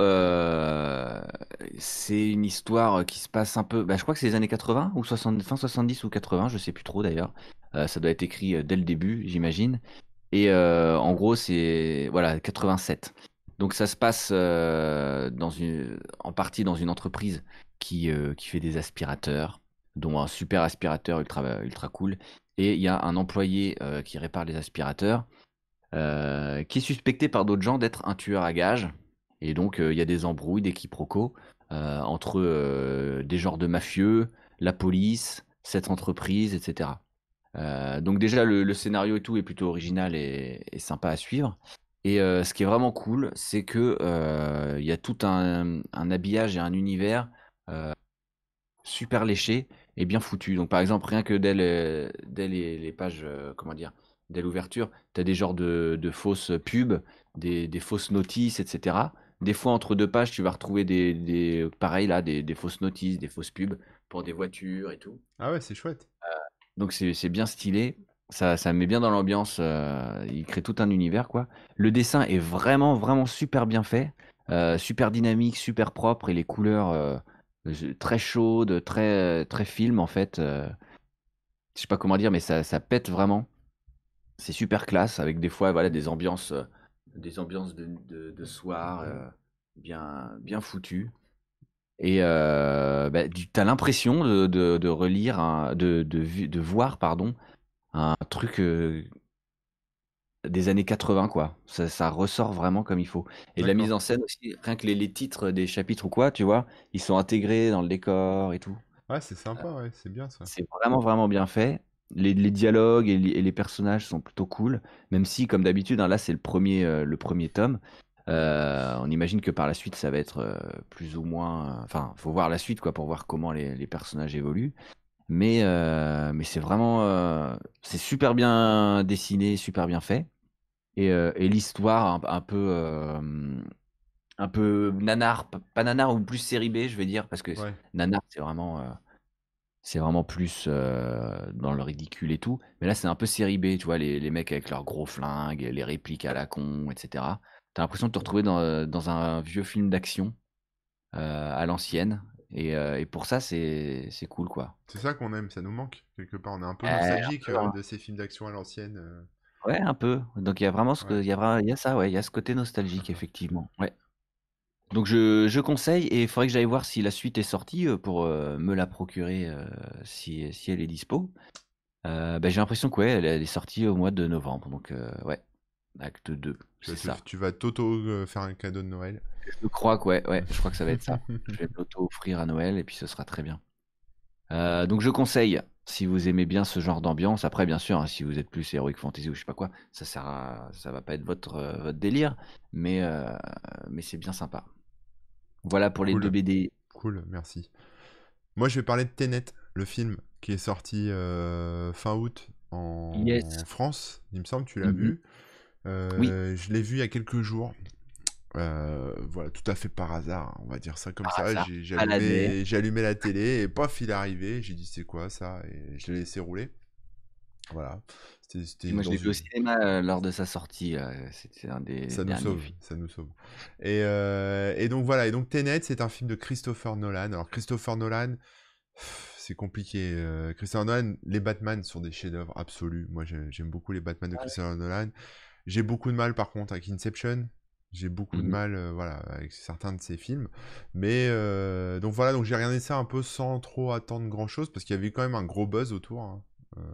c'est une histoire qui se passe un peu. Bah, je crois que c'est les années 80 ou 60, fin 70 ou 80, je sais plus trop d'ailleurs. Ça doit être écrit dès le début, j'imagine. Et en gros, c'est voilà 87. Donc ça se passe en partie dans une entreprise qui fait des aspirateurs, dont un super aspirateur ultra cool. Et il y a un employé qui répare les aspirateurs, qui est suspecté par d'autres gens d'être un tueur à gages. Et donc il y a des embrouilles, des quiproquos entre des genres de mafieux, la police, cette entreprise, etc. Donc déjà le scénario et tout est plutôt original et sympa à suivre. Et ce qui est vraiment cool, c'est que il y a tout un habillage et un univers euh, super léché et bien foutu. Donc par exemple, rien que dès les pages, comment dire, dès l'ouverture, tu as des genres de fausses pubs, des fausses notices, etc. Des fois, entre deux pages, tu vas retrouver pareil là, des fausses notices, des fausses pubs pour des voitures et tout. Ah ouais, c'est chouette. Donc c'est bien stylé, ça met bien dans l'ambiance, il crée tout un univers quoi. Le dessin est vraiment, vraiment super bien fait, super dynamique, super propre et les couleurs très chaudes, très film en fait. Je sais pas comment dire, mais ça pète vraiment. C'est super classe avec des fois voilà, des ambiances de soir bien foutues. Et bah, t'as l'impression de relire, de voir, pardon, un truc des années 80, quoi. Ça ressort vraiment comme il faut. Et de la mise D'accord. en scène aussi, rien que les titres des chapitres ou quoi, tu vois, ils sont intégrés dans le décor et tout. Ouais, c'est sympa, ouais, c'est bien ça. C'est vraiment, vraiment bien fait. Les dialogues et les personnages sont plutôt cool, même si, comme d'habitude, hein, là, c'est le premier tome. On imagine que par la suite, ça va être plus ou moins. Enfin, faut voir la suite, quoi, pour voir comment les personnages évoluent. Mais c'est vraiment. C'est super bien dessiné, super bien fait. Et l'histoire un peu nanar, pas nanar ou plus série B, je vais dire, parce que Ouais. nanar, c'est vraiment plus dans le ridicule et tout. Mais là, c'est un peu série B, tu vois, les mecs avec leurs gros flingues, les répliques à la con, etc. T'as l'impression de te retrouver dans un vieux film d'action à l'ancienne. Et pour ça, c'est cool, quoi. C'est ça qu'on aime, ça nous manque, quelque part. On est un peu Un nostalgique peu, hein. de ces films d'action à l'ancienne. Ouais, un peu. Donc il y a vraiment Ouais. il y a ça, ouais, il y a ce côté nostalgique, effectivement. Ouais. Donc je conseille et il faudrait que j'aille voir si la suite est sortie pour me la procurer si elle est dispo. Bah, j'ai l'impression que ouais, elle est sortie au mois de novembre. Donc ouais, acte 2, c'est ça. Tu vas t'auto faire un cadeau de Noël. Je crois que ouais, je crois que ça va être ça. Je vais me l'auto-offrir à Noël et puis ce sera très bien. Donc je conseille, si vous aimez bien ce genre d'ambiance, après bien sûr, hein, si vous êtes plus Heroic Fantasy ou je sais pas quoi, ça va pas être votre délire, mais c'est bien sympa. Voilà pour les deux Cool, BD. cool, merci. Moi, je vais parler de Tenet, le film qui est sorti fin août en Yes. France. Il me semble, tu l'as Mhm. vu. Oui. Je l'ai vu il y a quelques jours. Voilà, tout à fait par hasard, on va dire ça comme Par ça. hasard. Baladais. J'ai allumé la télé et paf, il est arrivé. J'ai dit c'est quoi ça? Et je l'ai laissé rouler. Voilà. Et C'était moi, je dans l'ai vu au une. cinéma lors de sa sortie. C'était un des Ça nous derniers sauve, films. ça nous sauve. Et donc voilà, et donc Tenet, c'est un film de Christopher Nolan. Alors Christopher Nolan, c'est compliqué. Christopher Nolan, les Batman sont des chefs-d'œuvre absolus. Moi, j'aime beaucoup les Batman de Christopher Nolan. J'ai beaucoup de mal, par contre, avec Inception. J'ai beaucoup de Mhm. mal, voilà, avec certains de ses films. Mais donc voilà, donc j'ai regardé ça un peu sans trop attendre grand-chose parce qu'il y avait quand même un gros buzz autour, hein.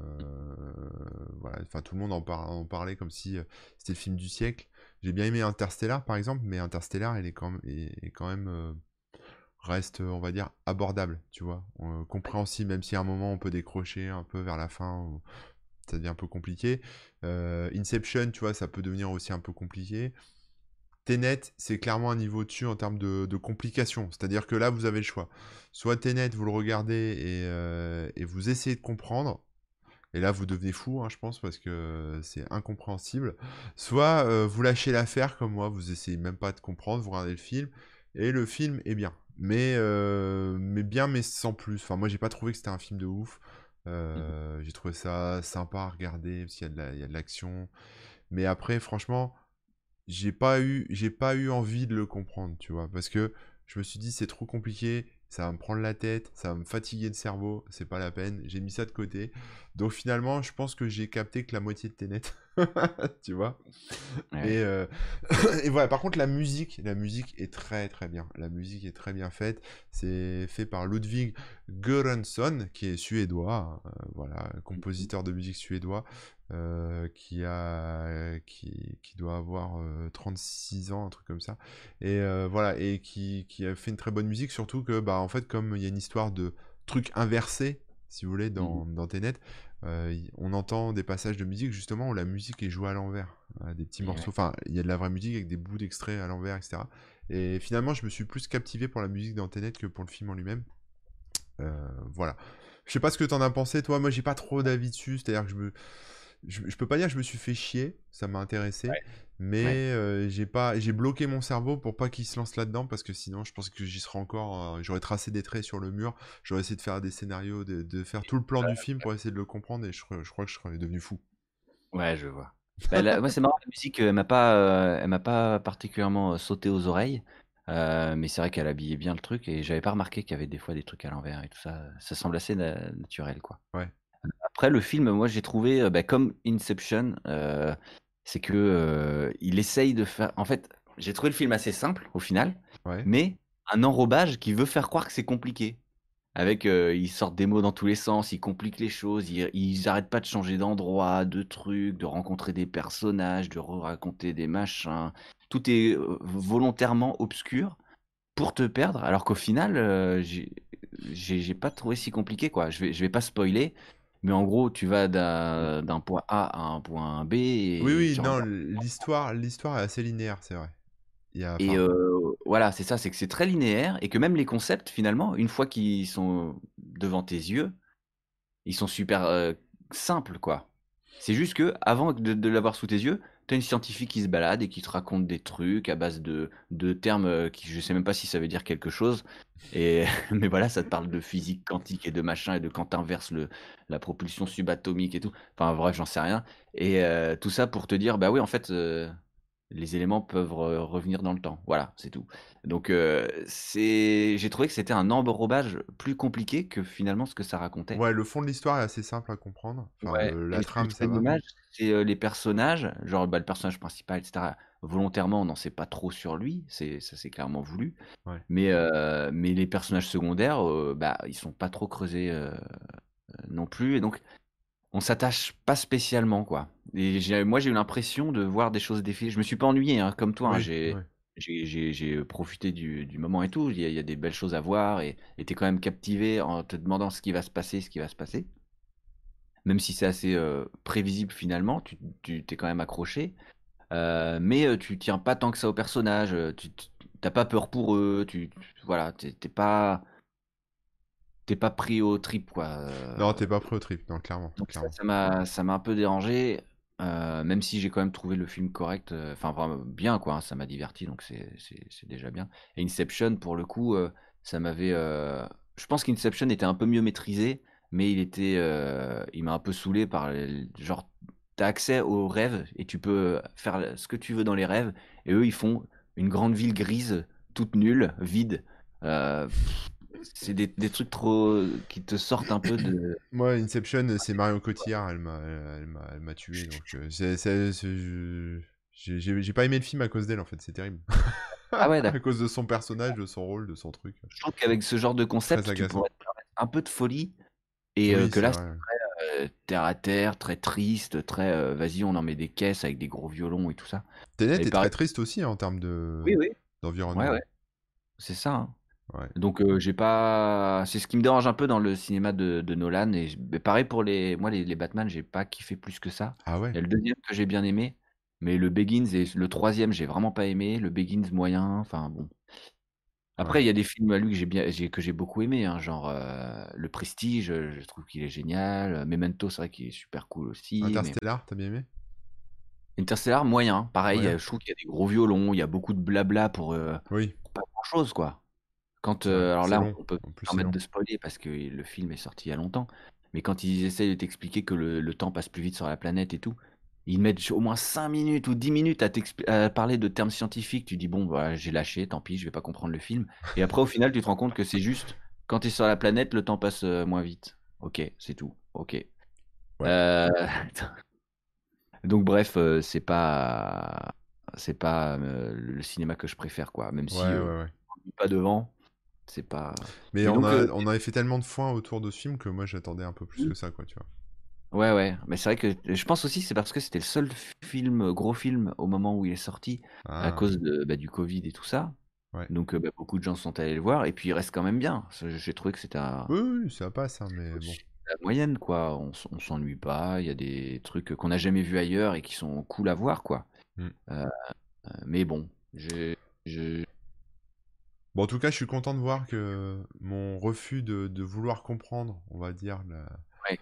Voilà, enfin tout le monde en parlait comme si c'était le film du siècle. J'ai bien aimé Interstellar par exemple, mais Interstellar, il est quand même reste, on va dire, abordable, tu vois, compréhensible, même si à un moment on peut décrocher un peu vers la fin. ça devient un peu compliqué. Inception, tu vois, ça peut devenir aussi un peu compliqué. Tenet, c'est clairement un niveau dessus en termes de complication. C'est-à-dire que là, vous avez le choix. Soit Tenet, vous le regardez et vous essayez de comprendre. Et là, vous devenez fou, hein, je pense, parce que c'est incompréhensible. Soit vous lâchez l'affaire comme moi, vous essayez même pas de comprendre, vous regardez le film, et le film est bien. Mais bien, mais sans plus. Enfin, moi, j'ai pas trouvé que c'était un film de ouf. Mhm. J'ai trouvé ça sympa à regarder, parce qu'il y a il y a de l'action. Mais après, franchement, j'ai pas eu envie de le comprendre, tu vois, parce que je me suis dit c'est trop compliqué, ça va me prendre la tête, ça va me fatiguer le cerveau, c'est pas la peine, j'ai mis ça de côté. Donc finalement, je pense que j'ai capté que la moitié de Tenet, tu vois. Et, Ouais. euh, et voilà, par contre, la musique est très très bien. La musique est très bien faite. C'est fait par Ludwig Göransson, qui est suédois, voilà, compositeur de musique suédois, qui doit avoir 36 ans, un truc comme ça. Voilà, et qui a fait une très bonne musique, surtout que, bah, en fait, comme il y a une histoire de truc inversé, si vous voulez, Mhm. dans Tenet, on entend des passages de musique justement où la musique est jouée à l'envers, des petits Et morceaux. ouais. Enfin, il y a de la vraie musique avec des bouts d'extraits à l'envers, etc. Et finalement, je me suis plus captivé pour la musique d'Antenet que pour le film en lui-même. Voilà. Je sais pas ce que t'en as pensé, toi. Moi, j'ai pas trop d'avis dessus. C'est-à-dire que je peux pas dire que je me suis fait chier. Ça m'a intéressé. Ouais. Mais j'ai bloqué mon cerveau pour pas qu'il se lance là-dedans parce que sinon, je pense que j'y serais encore. J'aurais tracé des traits sur le mur. J'aurais essayé de faire des scénarios, de faire tout le plan du film pour essayer de le comprendre. Et je crois que je serais devenu fou. Ouais, je vois. Bah, moi, c'est marrant, la musique, elle m'a pas particulièrement sauté aux oreilles. Mais c'est vrai qu'elle habillait bien le truc et j'avais pas remarqué qu'il y avait des fois des trucs à l'envers et tout ça. Ça semble assez naturel, quoi. Ouais. Après, le film, moi, j'ai trouvé, bah, comme Inception, c'est que il essaye de faire. En fait, j'ai trouvé le film assez simple au final, Ouais. mais un enrobage qui veut faire croire que c'est compliqué. Avec, ils sortent des mots dans tous les sens, ils compliquent les choses, ils arrêtent pas de changer d'endroit, de trucs, de rencontrer des personnages, de raconter des machins. Tout est volontairement obscur pour te perdre, alors qu'au final, j'ai pas trouvé si compliqué, quoi. Je vais pas spoiler, mais en gros, tu vas d'un point A à un point B Oui, et oui, tu non, regardes. l'histoire est assez linéaire, c'est vrai. Il y a, Et enfin, voilà, c'est ça, c'est que c'est très linéaire et que même les concepts, finalement, une fois qu'ils sont devant tes yeux, ils sont super simples, quoi. C'est juste que avant de l'avoir sous tes yeux, t'as une scientifique qui se balade et qui te raconte des trucs à base de termes qui je sais même pas si ça veut dire quelque chose. Et mais voilà, ça te parle de physique quantique et de machin et de quand t'inverses la propulsion subatomique et tout. Enfin bref, j'en sais rien. Et tout ça pour te dire, bah oui, en fait, les éléments peuvent revenir dans le temps. Voilà, c'est tout. Donc j'ai trouvé que c'était un enrobage plus compliqué que finalement ce que ça racontait. ouais, le fond de l'histoire est assez simple à comprendre. Enfin, Ouais, et la ce que je trame, ça trouvais va. dommage, c'est, les personnages, genre, bah, le personnage principal et cetera, volontairement, on n'en sait pas trop sur lui, c'est clairement voulu, Ouais. mais les personnages secondaires, bah, ils sont pas trop creusés, non plus et donc on s'attache pas spécialement, quoi et j'ai eu l'impression de voir des choses défiler. Je me suis pas ennuyé, hein, comme toi, hein, Oui, ouais. j'ai profité du moment et tout. Il y a des belles choses à voir et tu quand même captivé en te demandant ce qui va se passer. Même si c'est assez prévisible finalement, tu t'es quand même accroché. Mais tu tiens pas tant que ça au personnage. T'as pas peur pour eux. Voilà, t'es pas pris au trip quoi. Non, t'es pas prêt au trip, non, clairement, Donc clairement. ça m'a un peu dérangé. Même si j'ai quand même trouvé le film correct. Enfin vraiment bien quoi. Hein, ça m'a diverti donc c'est déjà bien. Et Inception pour le coup, ça m'avait. Je pense qu'Inception était un peu mieux maîtrisé, mais il m'a un peu saoulé par genre t'as accès aux rêves et tu peux faire ce que tu veux dans les rêves et eux ils font une grande ville grise, toute nulle, vide. C'est des trucs trop qui te sortent un peu de. Moi, Inception, c'est Marion Cotillard, elle m'a tué, donc j'ai pas aimé le film à cause d'elle, en fait, c'est terrible. Ah ouais, À d'accord. cause de son personnage, de son rôle, de son truc. Je trouve qu'avec ce genre de Très concept, tu agaçant. pourrais te permettre un peu de folie et Oui, que c'est là, vrai. c'est terre à terre, très triste, très vas-y, on en met des caisses avec des gros violons et tout ça. Tenet Et est pareil. très triste aussi, hein, en termes Oui, oui. Ouais, d'environnement. ouais, c'est ça. Hein. Ouais. Donc j'ai pas. C'est ce qui me dérange un peu dans le cinéma de Nolan. Mais pareil pour les Batman, j'ai pas kiffé plus que ça. Ah Il y ouais? a le deuxième que j'ai bien aimé, mais le Begins et le troisième, j'ai vraiment pas aimé. Le Begins moyen. Enfin bon. Ouais. Après, il y a des films à lui que j'ai beaucoup aimé, hein, genre Le Prestige, je trouve qu'il est génial. Memento, c'est vrai qu'il est super cool aussi. Mais Interstellar, t'as bien aimé? Interstellar, moyen. Pareil, Moyen? je trouve qu'il y a des gros violons, il y a beaucoup de blabla Oui, pour pas grand-chose, quoi. ouais, Alors c'est là, long. on peut En plus, c'est permettre long. de spoiler parce que le film est sorti il y a longtemps. Mais quand ils essayent de t'expliquer que le temps passe plus vite sur la planète et tout, ils mettent au moins 5 minutes ou 10 minutes à parler de termes scientifiques. Tu dis, bon, bah, j'ai lâché, tant pis, je vais pas comprendre le film. Et après, au final, tu te rends compte que c'est juste quand tu es sur la planète, le temps passe moins vite. Ok, c'est tout. Ok. Ouais. Euh, Donc, bref, c'est pas le cinéma que je préfère, quoi. Même si Ouais, ouais, ouais. on n'est pas devant, c'est pas. Mais Mais on donc, a, on avait fait tellement de foin autour de ce film que moi j'attendais un peu plus oui. que ça, quoi, tu vois. Ouais, ouais. Mais c'est vrai que je pense aussi que c'est parce que c'était le seul film, gros film au moment où il est sorti, à Ah, cause du Covid et tout ça. ouais. Donc, beaucoup de gens sont allés le voir. Et puis, il reste quand même bien. J'ai trouvé que c'était Oui, oui, ça passe, hein, mais bon. au-dessus de la moyenne, quoi. On s'ennuie pas. Il y a des trucs qu'on n'a jamais vus ailleurs et qui sont cool à voir, quoi. Hmm. Euh, mais bon, je- Bon, en tout cas, je suis content de voir que mon refus de vouloir comprendre, on va dire, ouais.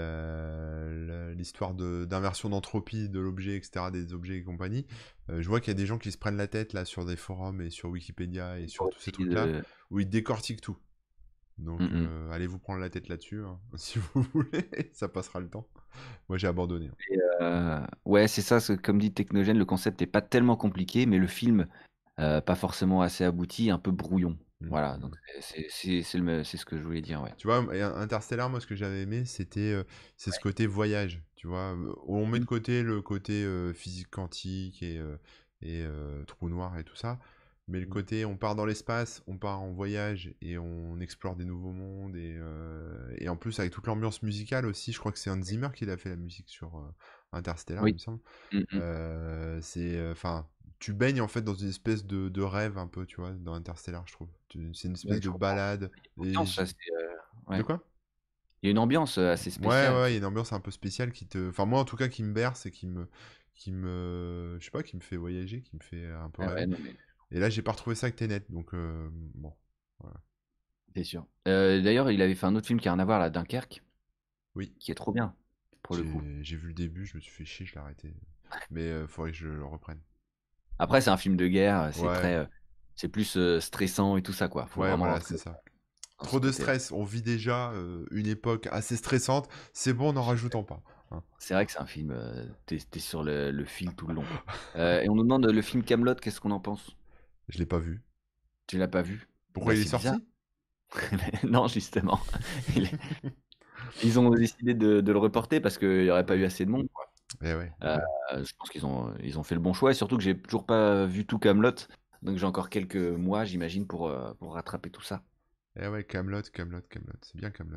l'histoire d'inversion d'entropie de l'objet, etc., des objets et compagnie, je vois qu'il y a des gens qui se prennent la tête là sur des forums et sur Wikipédia et sur Pour tous ces essayer trucs-là, de. où ils décortiquent tout. Donc, Mm, mm. allez vous prendre la tête là-dessus, hein, si vous voulez, ça passera le temps. Moi, j'ai abandonné, hein. Ouais, c'est ça, comme dit Technogène, le concept est pas tellement compliqué, mais le film, pas forcément assez abouti, un peu brouillon. Mm, Voilà, mm. donc c'est ce que je voulais dire, ouais. Tu vois, et Interstellar, moi, ce que j'avais aimé, c'est ce côté voyage, tu vois. On met de Mm. côté le côté physique quantique et trou noir et tout ça, mais le côté on part dans l'espace, on part en voyage et on explore des nouveaux mondes et en plus avec toute l'ambiance musicale aussi, je crois que c'est Hans Zimmer qui a fait la musique sur Interstellar, il Oui. me semble. Mm, mm. Enfin, tu baignes en fait dans une espèce de rêve un peu, tu vois, dans Interstellar, je trouve. C'est une Ouais, espèce je de comprends. balade. Il y a une Et ambiance assez, De ouais. quoi? Il y a une ambiance assez Ouais, spéciale. ouais, il y a une ambiance un peu spéciale qui te. Enfin, moi en tout cas, qui me berce et qui me. Je sais pas, qui me fait voyager, qui me fait un peu Ouais, rêver. ouais, non, mais Et là, j'ai pas retrouvé ça avec Tenet, donc bon. Voilà. c'est sûr. D'ailleurs, il avait fait un autre film qui a rien à voir, là, Dunkerque, Oui, qui est trop bien, pour le coup. j'ai vu le début, je me suis fait chier, je l'ai arrêté. Mais faudrait que je le reprenne. Après, c'est un film de guerre, Ouais, c'est plus stressant et tout ça, quoi. Faut ouais, vraiment voilà, rentrer c'est ça. dans ce Trop de côté-là. stress, on vit déjà une époque assez stressante, c'est bon, n'en rajoutons pas, hein. C'est vrai que c'est un film, t'es sur le fil tout le long. Et on nous demande le film Camelot, qu'est-ce qu'on en pense? Je l'ai pas vu. Tu l'as pas vu? Pourquoi Bah, il est c'est bizarre. sorti? Non, justement. Il est- Ils ont décidé de le reporter parce qu'il n'y aurait pas eu assez de monde, quoi. Eh ouais, Euh, ouais. je pense qu'ils ont fait le bon choix et surtout que j'ai toujours pas vu tout Camelot, donc j'ai encore quelques mois, j'imagine, pour rattraper tout ça. Eh ouais, Camelot, Camelot, Camelot, c'est bien Camelot.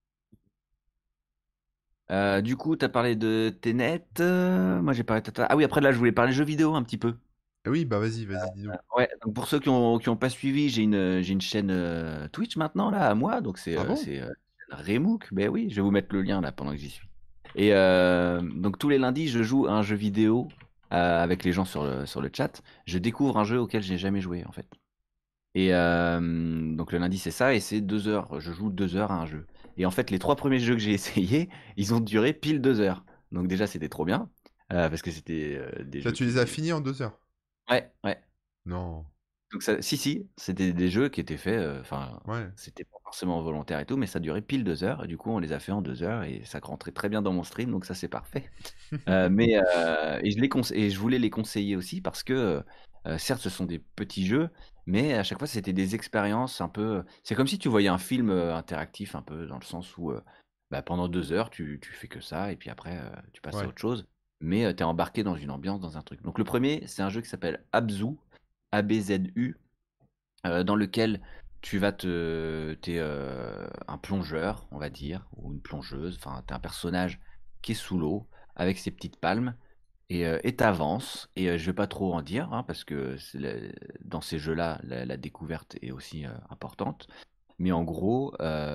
Du coup, tu as parlé de Tenet. Moi, j'ai parlé de Tata. Ah oui, après là, je voulais parler jeux vidéo un petit peu. Eh oui, bah vas-y, vas-y, dis-nous. Ouais, donc pour ceux qui ont pas suivi, j'ai une chaîne Twitch maintenant là à moi, donc Ah bon? c'est Remook. Ben oui, je vais vous mettre le lien là pendant que j'y suis. Et donc tous les lundis, je joue à un jeu vidéo avec les gens sur le chat. Je découvre un jeu auquel j'ai jamais joué en fait. Et donc le lundi c'est ça et c'est 2 heures. Je joue 2 heures à un jeu. Et en fait les 3 premiers jeux que j'ai essayés, ils ont duré pile 2 heures. Donc déjà c'était trop bien parce que c'était des Ça, jeux tu les as qui. finis en 2 heures? Ouais, ouais. Non. Donc ça, si, c'était des jeux qui étaient faits, enfin, Ouais. c'était pas forcément volontaire et tout, mais ça durait pile 2 heures, et du coup, on les a fait en 2 heures, et ça rentrait très bien dans mon stream, donc ça, c'est parfait. Et je voulais les conseiller aussi parce que, certes, ce sont des petits jeux, mais à chaque fois, c'était des expériences un peu. C'est comme si tu voyais un film interactif, un peu dans le sens où, bah, pendant 2 heures, tu fais que ça, et puis après, tu passes à Ouais. autre chose, mais tu es embarqué dans une ambiance, dans un truc. Donc le premier, c'est un jeu qui s'appelle Abzu, ABZU, dans lequel t'es un plongeur, on va dire, ou une plongeuse. Enfin, t'es un personnage qui est sous l'eau avec ses petites palmes Et t'avances. Et je vais pas trop en dire, hein, parce que dans ces jeux-là, la découverte est aussi importante. Mais en gros,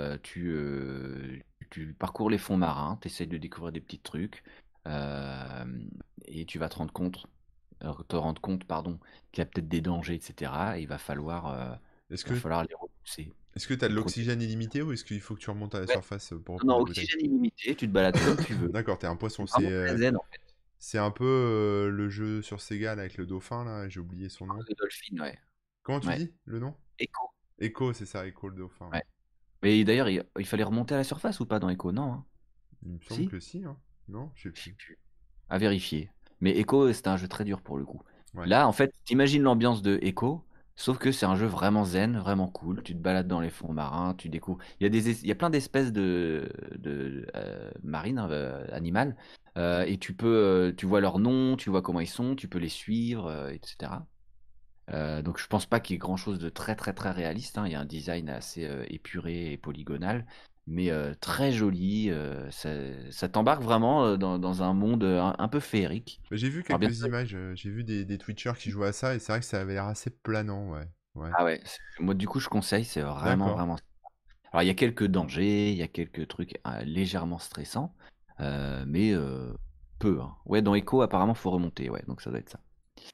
tu parcours les fonds marins, tu essaies de découvrir des petits trucs, euh, et tu vas te rendre compte, pardon, qu'il y a peut-être des dangers, etc. Et Est-ce il va que falloir les repousser, est-ce que t'as les de protéger. l'oxygène illimité ou est-ce qu'il faut que tu remontes à la Ouais. surface pour Non, reprendre non, des bouteilles? oxygène illimité, tu te balades comme tu veux. D'accord, t'es un poisson. C'est vraiment très zen en fait. C'est un peu le jeu sur Sega là, avec le dauphin là, j'ai oublié son nom. Le Dolphin, ouais. Comment tu Ouais. dis le nom? Echo. Echo, c'est ça, Echo le dauphin. Ouais. Ouais. Mais d'ailleurs, il fallait remonter à la surface ou pas dans Echo? Non, hein. Il me semble Si? que si, hein. Non, je sais Je sais plus. plus. À vérifier. Mais Echo, c'était un jeu très dur pour le coup. Ouais. Là, en fait, t'imagines l'ambiance de Echo, sauf que c'est un jeu vraiment zen, vraiment cool. Tu te balades dans les fonds marins, tu découvres. Il y a plein d'espèces de marines, hein, animales, et tu vois leurs noms, tu vois comment ils sont, tu peux les suivre, etc. Donc je pense pas qu'il y ait grand-chose de très très très réaliste, hein. Il y a un design assez épuré et polygonal, mais très joli. Ça t'embarque vraiment dans un monde un peu féerique. Bah, j'ai vu Alors bien quelques sûr, images, j'ai vu des Twitchers qui jouaient à ça et c'est vrai que ça avait l'air assez planant, ouais. Ouais. ah ouais, moi du coup je conseille, c'est vraiment D'accord. vraiment. Alors il y a quelques dangers, il y a quelques trucs légèrement stressants, mais peu, hein. Ouais, dans Echo apparemment faut remonter, ouais, donc ça doit être ça.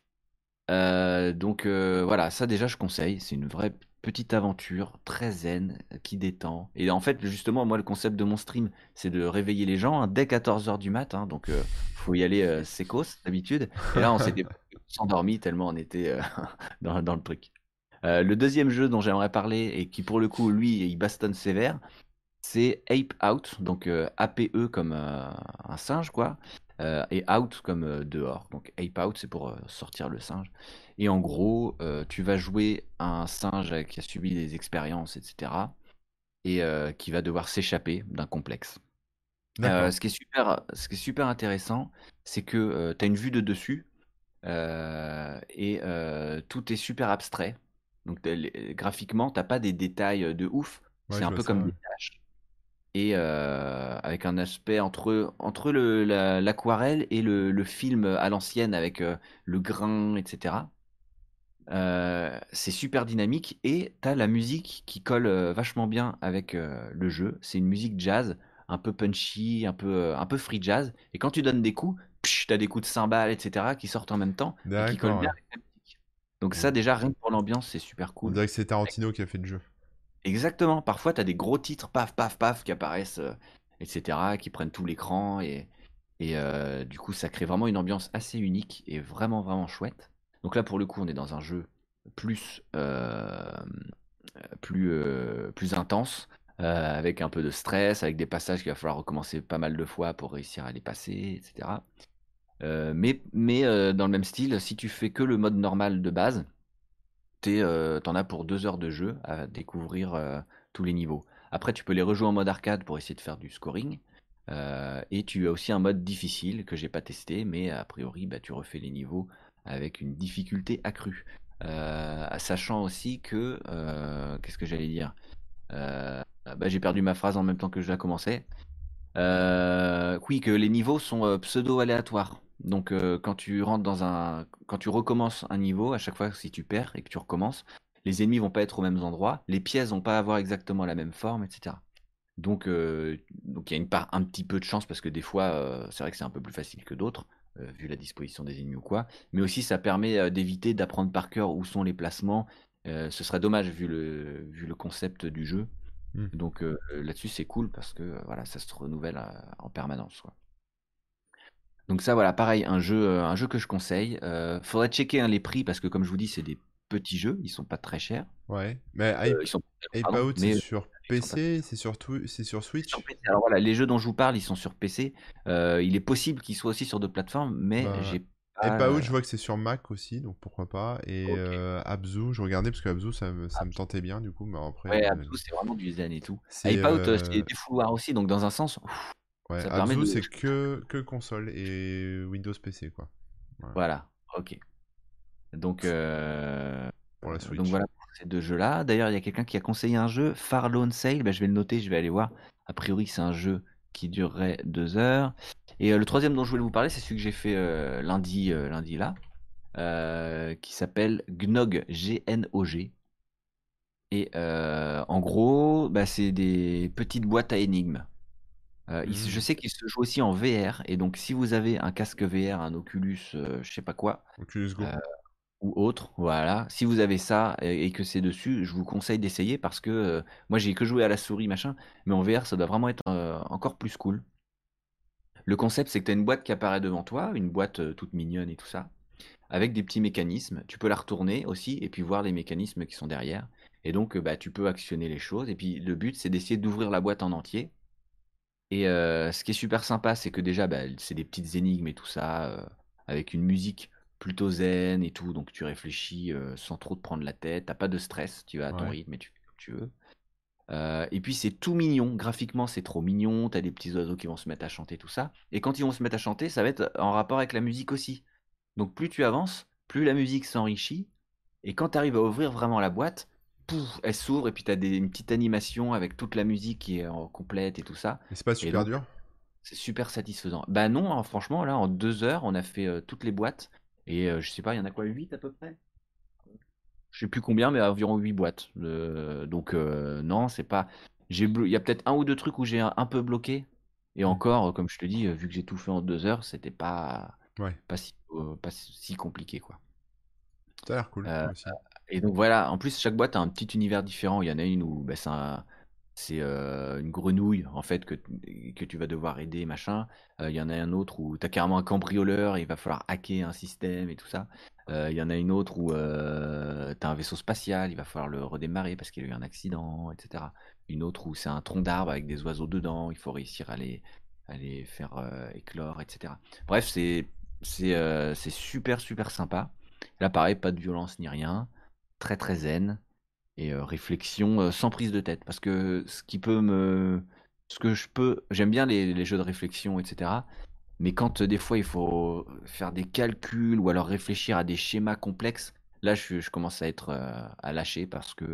Donc voilà, ça déjà je conseille, c'est une vraie petite aventure très zen, qui détend. Et en fait, justement, moi le concept de mon stream, c'est de réveiller les gens, hein, dès 14 h du mat, hein, donc faut y aller sécos d'habitude. Et là, on s'était endormi tellement on était dans le truc. Le deuxième jeu dont j'aimerais parler et qui pour le coup, lui, il bastonne sévère, c'est Ape Out, donc APE comme un singe, quoi, et out comme dehors. Donc Ape Out, c'est pour sortir le singe. Et en gros, tu vas jouer un singe qui a subi des expériences, etc., et qui va devoir s'échapper d'un complexe. D'accord. Ce qui est super intéressant, c'est que tu as une vue de dessus, et tout est super abstrait. Donc graphiquement, t'as pas des détails de ouf. Ouais, C'est je un vois peu ça, comme ouais. des tâches et avec un aspect entre l'aquarelle et le film à l'ancienne avec le grain, etc. C'est super dynamique et t'as la musique qui colle vachement bien avec le jeu. C'est une musique jazz, un peu punchy, un peu free jazz. Et quand tu donnes des coups, t'as des coups de cymbales, etc. qui sortent en même temps et qui collent D'accord, bien ouais. avec la musique. Donc On, ça déjà, rien que pour l'ambiance, c'est super on cool. dirait que c'est Tarantino qui a fait le jeu. Exactement. Parfois, tu as des gros titres, paf, paf, paf, qui apparaissent, etc., qui prennent tout l'écran. Et du coup, ça crée vraiment une ambiance assez unique et vraiment, vraiment chouette. Donc là, pour le coup, on est dans un jeu plus, plus intense, avec un peu de stress, avec des passages qu'il va falloir recommencer pas mal de fois pour réussir à les passer, etc. Mais dans le même style, si tu fais que le mode normal de base, t'en as pour 2 heures de jeu à découvrir tous les niveaux. Après, tu peux les rejouer en mode arcade pour essayer de faire du scoring. Et tu as aussi un mode difficile que j'ai pas testé, mais a priori, bah, tu refais les niveaux avec une difficulté accrue. Sachant aussi que, qu'est-ce que j'allais dire? Bah, j'ai perdu ma phrase en même temps que je la commençais. Oui, que les niveaux sont pseudo-aléatoires. Donc, quand tu recommences un niveau, à chaque fois, si tu perds et que tu recommences, les ennemis vont pas être aux mêmes endroits, les pièces vont pas avoir exactement la même forme, etc. Donc il y a une part un petit peu de chance parce que des fois, c'est vrai que c'est un peu plus facile que d'autres, vu la disposition des ennemis ou quoi. Mais aussi, ça permet d'éviter d'apprendre par cœur où sont les placements. Ce serait dommage vu le concept du jeu. Hmm. Donc là-dessus, c'est cool parce que voilà, ça se renouvelle en permanence, quoi. Donc ça, voilà, pareil, un jeu que je conseille. Faudrait checker hein, les prix parce que comme je vous dis, c'est des petits jeux, ils sont pas très chers. Ouais. Mais Ils sont, Ape pardon, Out, c'est mais sur ils sont pas très PC, c'est sur c'est sur Switch? PC. Alors voilà, les jeux dont je vous parle, ils sont sur PC. Il est possible qu'ils soient aussi sur d'autres plateformes, mais Bah, j'ai Ape pas. Out, je vois que c'est sur Mac aussi, donc pourquoi pas. Et Ok. Abzu, je regardais parce que Abzu, ça me tentait bien, du coup, mais après, Ouais, Abzu, c'est vraiment du zen et tout. c'est Ape Out, c'est des fouloirs aussi, donc dans un sens, ouais, ça permet Abzu, de. c'est que console et Windows PC, quoi. Voilà, Voilà, ok. Donc, pour la donc Switch. voilà pour ces deux jeux-là. D'ailleurs, il y a quelqu'un qui a conseillé un jeu, Far Lone Sail. Bah, je vais le noter, je vais aller voir. A priori, c'est un jeu qui durerait 2 heures. Et le troisième dont je voulais vous parler, c'est celui que j'ai fait lundi là, qui s'appelle Gnog, Gnog. Et en gros, bah, c'est des petites boîtes à énigmes. Je Hmm. sais qu'il se joue aussi en VR, et donc si vous avez un casque VR, un Oculus, je sais pas quoi, Oculus Go. euh, ou autre, voilà, si vous avez ça et que c'est dessus, je vous conseille d'essayer parce que moi j'ai que joué à la souris, machin, mais en VR ça doit vraiment être encore plus cool. Le concept, c'est que tu as une boîte qui apparaît devant toi, une boîte toute mignonne et tout ça, avec des petits mécanismes. Tu peux la retourner aussi et puis voir les mécanismes qui sont derrière. Et donc, bah, tu peux actionner les choses. Et puis, le but, c'est d'essayer d'ouvrir la boîte en entier. Et ce qui est super sympa, c'est que déjà, bah, c'est des petites énigmes et tout ça, avec une musique plutôt zen et tout. Donc, tu réfléchis sans trop te prendre la tête. T'as pas de stress. Tu vas à ton Ouais. rythme et tu fais comme tu veux. Et puis c'est tout mignon, graphiquement c'est trop mignon, t'as des petits oiseaux qui vont se mettre à chanter, tout ça. Et quand ils vont se mettre à chanter, ça va être en rapport avec la musique aussi. Donc plus tu avances, plus la musique s'enrichit. Et quand tu arrives à ouvrir vraiment la boîte, pouf, elle s'ouvre et puis t'as une petite animation avec toute la musique qui est complète et tout ça. Mais c'est pas Et super donc dur? c'est super satisfaisant. Bah non, hein, franchement, là en 2 heures, on a fait toutes les boîtes. Et je sais pas, il y en a quoi, 8 à peu près? Je sais plus combien, mais environ 8 boîtes. Donc non, c'est pas. Il y a peut-être un ou deux trucs où j'ai un peu bloqué. Et Hmm. encore, comme je te dis, vu que j'ai tout fait en 2 heures, c'était Ouais. pas si compliqué, quoi. Ça a l'air cool Euh, aussi. et donc voilà, en plus chaque boîte a un petit univers différent. Il y en a une où bah, c'est une grenouille en fait que tu vas devoir aider, machin. Il y en a un autre où tu as carrément un cambrioleur et il va falloir hacker un système et tout ça. Il y en a une autre où tu as un vaisseau spatial, il va falloir le redémarrer parce qu'il y a eu un accident, etc. Une autre où c'est un tronc d'arbre avec des oiseaux dedans, il faut réussir à les faire éclore, etc. Bref, c'est super super sympa. Là, pareil, pas de violence ni rien. Très très zen. Et réflexion sans prise de tête. Parce que ce qui peut me. Ce que je peux. J'aime bien les jeux de réflexion, etc. Mais quand des fois il faut faire des calculs ou alors réfléchir à des schémas complexes, là je commence à être à lâcher parce que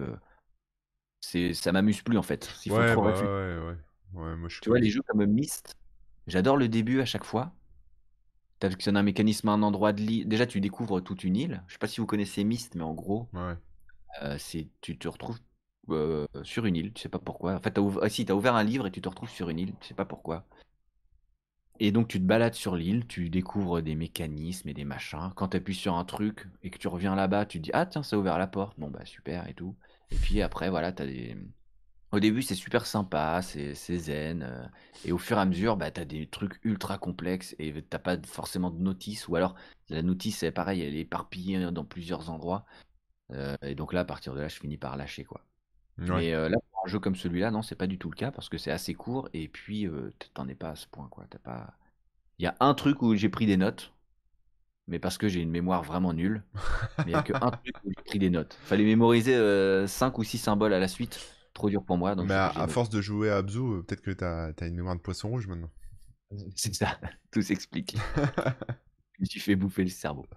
ça m'amuse plus en fait. S'il faut Ouais, trop bah réfléchir. ouais, ouais. Ouais, moi je suis Tu vois, comme les ça. jeux comme Myst, j'adore le début à chaque fois. T'as vu que un mécanisme à un endroit de l'île. Déjà, tu découvres toute une île. Je sais pas si vous connaissez Myst, mais en gros, Ouais. tu te retrouves sur une île, tu sais pas pourquoi. En fait, si, t'as ouvert un livre et tu te retrouves sur une île, tu sais pas pourquoi. Et donc tu te balades sur l'île, tu découvres des mécanismes et des machins. Quand tu appuies sur un truc et que tu reviens là-bas, tu te dis ah tiens, ça a ouvert la porte. Bon bah super et tout. Et puis après voilà, t'as des. Au début c'est super sympa, c'est zen. Et au fur et à mesure, bah t'as des trucs ultra complexes et t'as pas forcément de notice. Ou alors la notice c'est pareil, elle est éparpillée dans plusieurs endroits. Et donc là, à partir de là, je finis par lâcher, quoi. Ouais. Mais là, pour un jeu comme celui-là, non, c'est pas du tout le cas parce que c'est assez court et puis t'en es pas à ce point, quoi. T'as pas. Il y a un truc où j'ai pris des notes, mais parce que j'ai une mémoire vraiment nulle. Mais il y a que un truc où j'ai pris des notes. Fallait mémoriser 5 ou 6 symboles à la suite. Trop dur pour moi, donc Mais j'ai à noté. force de jouer à Abzu, peut-être que t'as une mémoire de poisson rouge maintenant. C'est ça, tout s'explique. Je me suis fait bouffer le cerveau.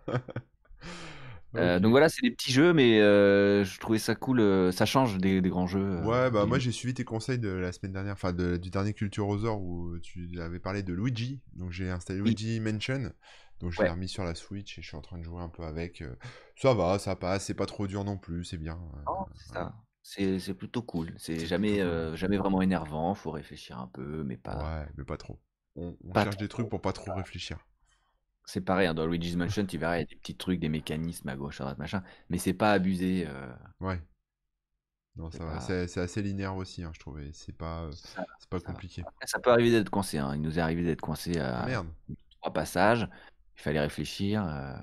Ok. Donc voilà, c'est des petits jeux, mais je trouvais ça cool. Ça change des grands jeux Ouais, bah de moi l'univers. j'ai suivi tes conseils de la semaine dernière, enfin du dernier Culture Rosor où tu avais parlé de Luigi. Donc j'ai installé Oui, Luigi Mansion. Donc je l'ai ouais, remis sur la Switch et je suis en train de jouer un peu avec. Ça va, ça passe, c'est pas trop dur non plus, c'est bien. non, c'est Voilà. ça. C'est plutôt cool. C'est C'est plutôt cool. jamais vraiment énervant. Faut réfléchir un peu, mais Ouais, mais pas trop. On pas cherche des trucs trop. pour pas trop réfléchir. C'est pareil, hein, dans Luigi's Mansion, tu verras, il y a des petits trucs, des mécanismes à gauche, à droite, machin. Mais c'est pas abusé. Ouais, non, C'est ça va. pas. C'est assez linéaire aussi, hein, je trouvais. Ça, C'est pas ça va. compliqué. Après, ça peut arriver d'être coincé, hein. Il nous est arrivé d'être coincé Ah à merde. 3 passages. Il fallait réfléchir.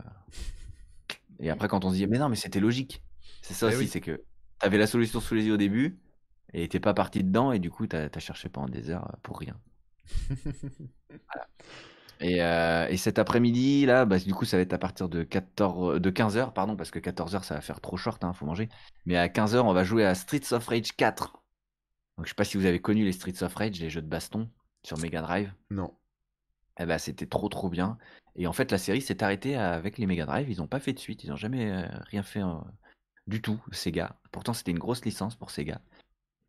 Et après, quand on se dit, mais non, mais c'était logique. C'est ça Eh aussi, oui. c'est que t'avais la solution sous les yeux au début et t'es pas parti dedans et du coup, t'as cherché pendant des heures pour rien. Et cet après-midi, là, bah, du coup, ça va être à partir de 15 heures, pardon, parce que 14 heures, ça va faire trop short, hein, faut manger. Mais à 15 heures, on va jouer à Streets of Rage 4. Donc, je sais pas si vous avez connu les Streets of Rage, les jeux de baston sur Mega Drive. Non. Eh ben, c'était trop, trop bien. Et en fait, la série s'est arrêtée avec les Mega Drive. Ils n'ont pas fait de suite. Ils n'ont jamais rien fait du tout, Sega. Pourtant, c'était une grosse licence pour Sega.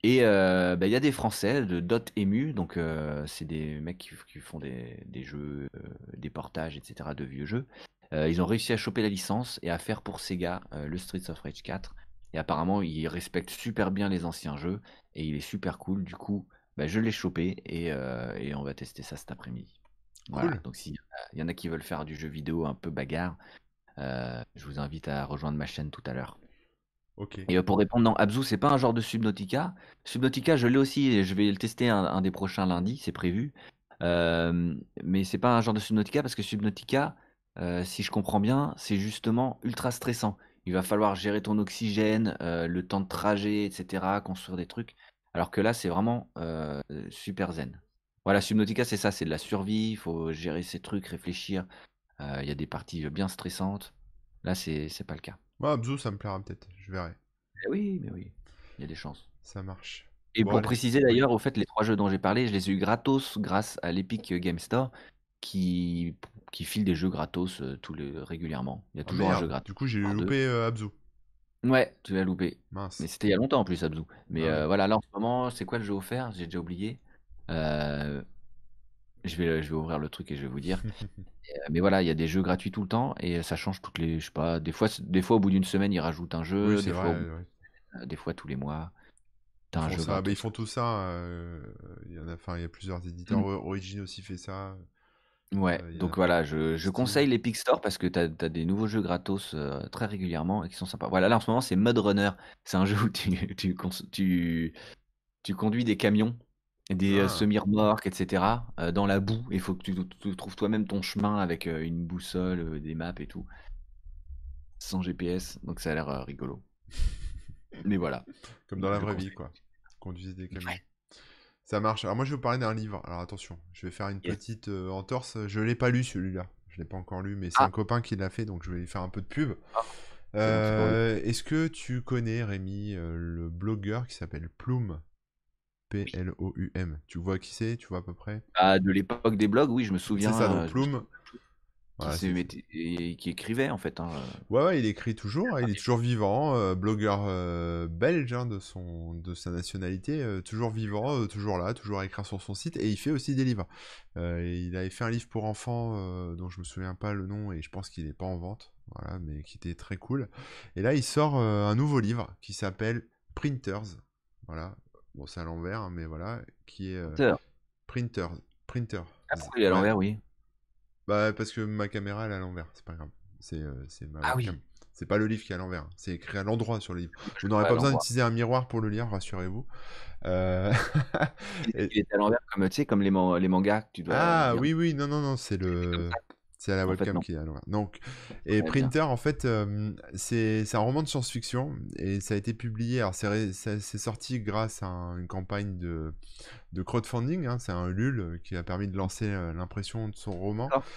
Et bah, il y a des Français de Dotemu, donc c'est des mecs qui font des jeux, des portages, etc. de vieux jeux. Ils ont réussi à choper la licence et à faire pour Sega le Streets of Rage 4. Et apparemment, ils respectent super bien les anciens jeux et il est super cool. Du coup, bah, je l'ai chopé et on va tester ça cet après-midi. Voilà, Cool. donc s'il y en a qui veulent faire du jeu vidéo un peu bagarre, je vous invite à rejoindre ma chaîne tout à l'heure. Ok. Et pour répondre, non, Abzu, c'est pas un genre de Subnautica. Subnautica, je l'ai aussi et je vais le tester un des prochains lundis, c'est prévu. Mais c'est pas un genre de Subnautica parce que Subnautica, si je comprends bien, c'est justement ultra stressant. Il va falloir gérer ton oxygène, le temps de trajet, etc., construire des trucs. Alors que là, c'est vraiment super zen. Voilà, Subnautica, c'est ça, c'est de la survie, il faut gérer ses trucs, réfléchir. Il y a des parties bien stressantes. Là, c'est pas le cas. Moi, Abzu, ça me plaira peut-être. Je verrai. Mais oui, il y a des chances. Ça marche. Et Bon, pour allez. préciser Oui. d'ailleurs, au fait, les 3 jeux dont j'ai parlé, je les ai eu gratos grâce à l'Epic Game Store qui, qui file des jeux gratos régulièrement. Il y a Ah toujours un jeu merde. gratos, Du coup, j'ai voire deux. loupé Abzu. Ouais, tu l'as loupé. Mais Mince. c'était il y a longtemps en plus, Abzu. Mais Ah oui. voilà, là en ce moment, c'est quoi le jeu offert? J'ai déjà oublié. Euh, je vais ouvrir le truc et je vais vous dire. Mais voilà, il y a des jeux gratuits tout le temps et ça change toutes les, je sais pas, des fois au bout d'une semaine, ils rajoutent un Oui, jeu, c'est vrai. Ouais. des fois tous les mois, Ils t'as un font jeu ça. Bah, ils gratos. font tout ça. Il y en a, enfin, il y a plusieurs éditeurs. Mm. Origin aussi fait ça. Ouais, Il y a donc voilà, je conseille Steam. l'Epic Store parce que t'as des nouveaux jeux gratos très régulièrement et qui sont sympas. Voilà, là en ce moment c'est Mud Runner. C'est un jeu où tu conduis des camions, des Ah, semi-remorques, etc. Dans la boue. Il faut que tu trouves toi-même ton chemin avec une boussole, des maps et tout, sans GPS. Donc ça a l'air rigolo. Mais voilà, comme dans donc la je vraie vie, conseille. quoi. Conduisez des camions. Ouais, Ça marche. Alors moi, je vais vous parler d'un livre. Alors attention, je vais faire une yes. petite entorse. Je l'ai pas lu celui-là. Je l'ai pas encore lu, mais c'est un Ah, copain qui l'a fait, donc je vais lui faire un peu de pub. ah, c'est bon, c'est pour lui. Est-ce que tu connais, Rémi, le blogueur qui s'appelle Plume? P-L-O-U-M. Tu vois qui c'est? Tu vois à peu près? Ah, de l'époque des blogs, oui, je me C'est ça, souviens, donc Plume. qui Voilà, c'est qui écrivait en fait, hein. Ouais, ouais, il écrit toujours, hein, il est toujours vivant, blogueur belge hein, de sa nationalité, toujours vivant, toujours là, toujours à écrire sur son site, et il fait aussi des livres. Il avait fait un livre pour enfants dont je me souviens pas le nom et je pense qu'il n'est pas en vente, voilà, mais qui était très cool. Et là, il sort un nouveau livre qui s'appelle Printers, voilà. Bon, c'est à l'envers, hein, mais voilà, qui est Hunter. Printers, Printers. Ah, pourquoi il est à Ouais, l'envers, oui. bah, parce que ma caméra, elle est à l'envers, c'est pas grave. C'est ma Ah webcam. oui, C'est pas le livre qui est à l'envers, hein. C'est écrit à l'endroit sur le livre. oui, je Vous le n'aurez vois à pas besoin l'endroit. d'utiliser un miroir pour le lire, rassurez-vous. Euh, et- Il était à l'envers comme, tu sais, comme les mangas que tu dois Ah lire. oui, oui, non, non, non, C'est comme ça. C'est à la En fait, webcam non. qui est à l'envers. Donc, Je et connais bien. Printer, en fait, c'est un roman de science-fiction et ça a été publié. Alors, c'est sorti grâce à une campagne de crowdfunding, hein. C'est un Ulule qui a permis de lancer l'impression de son roman. D'accord.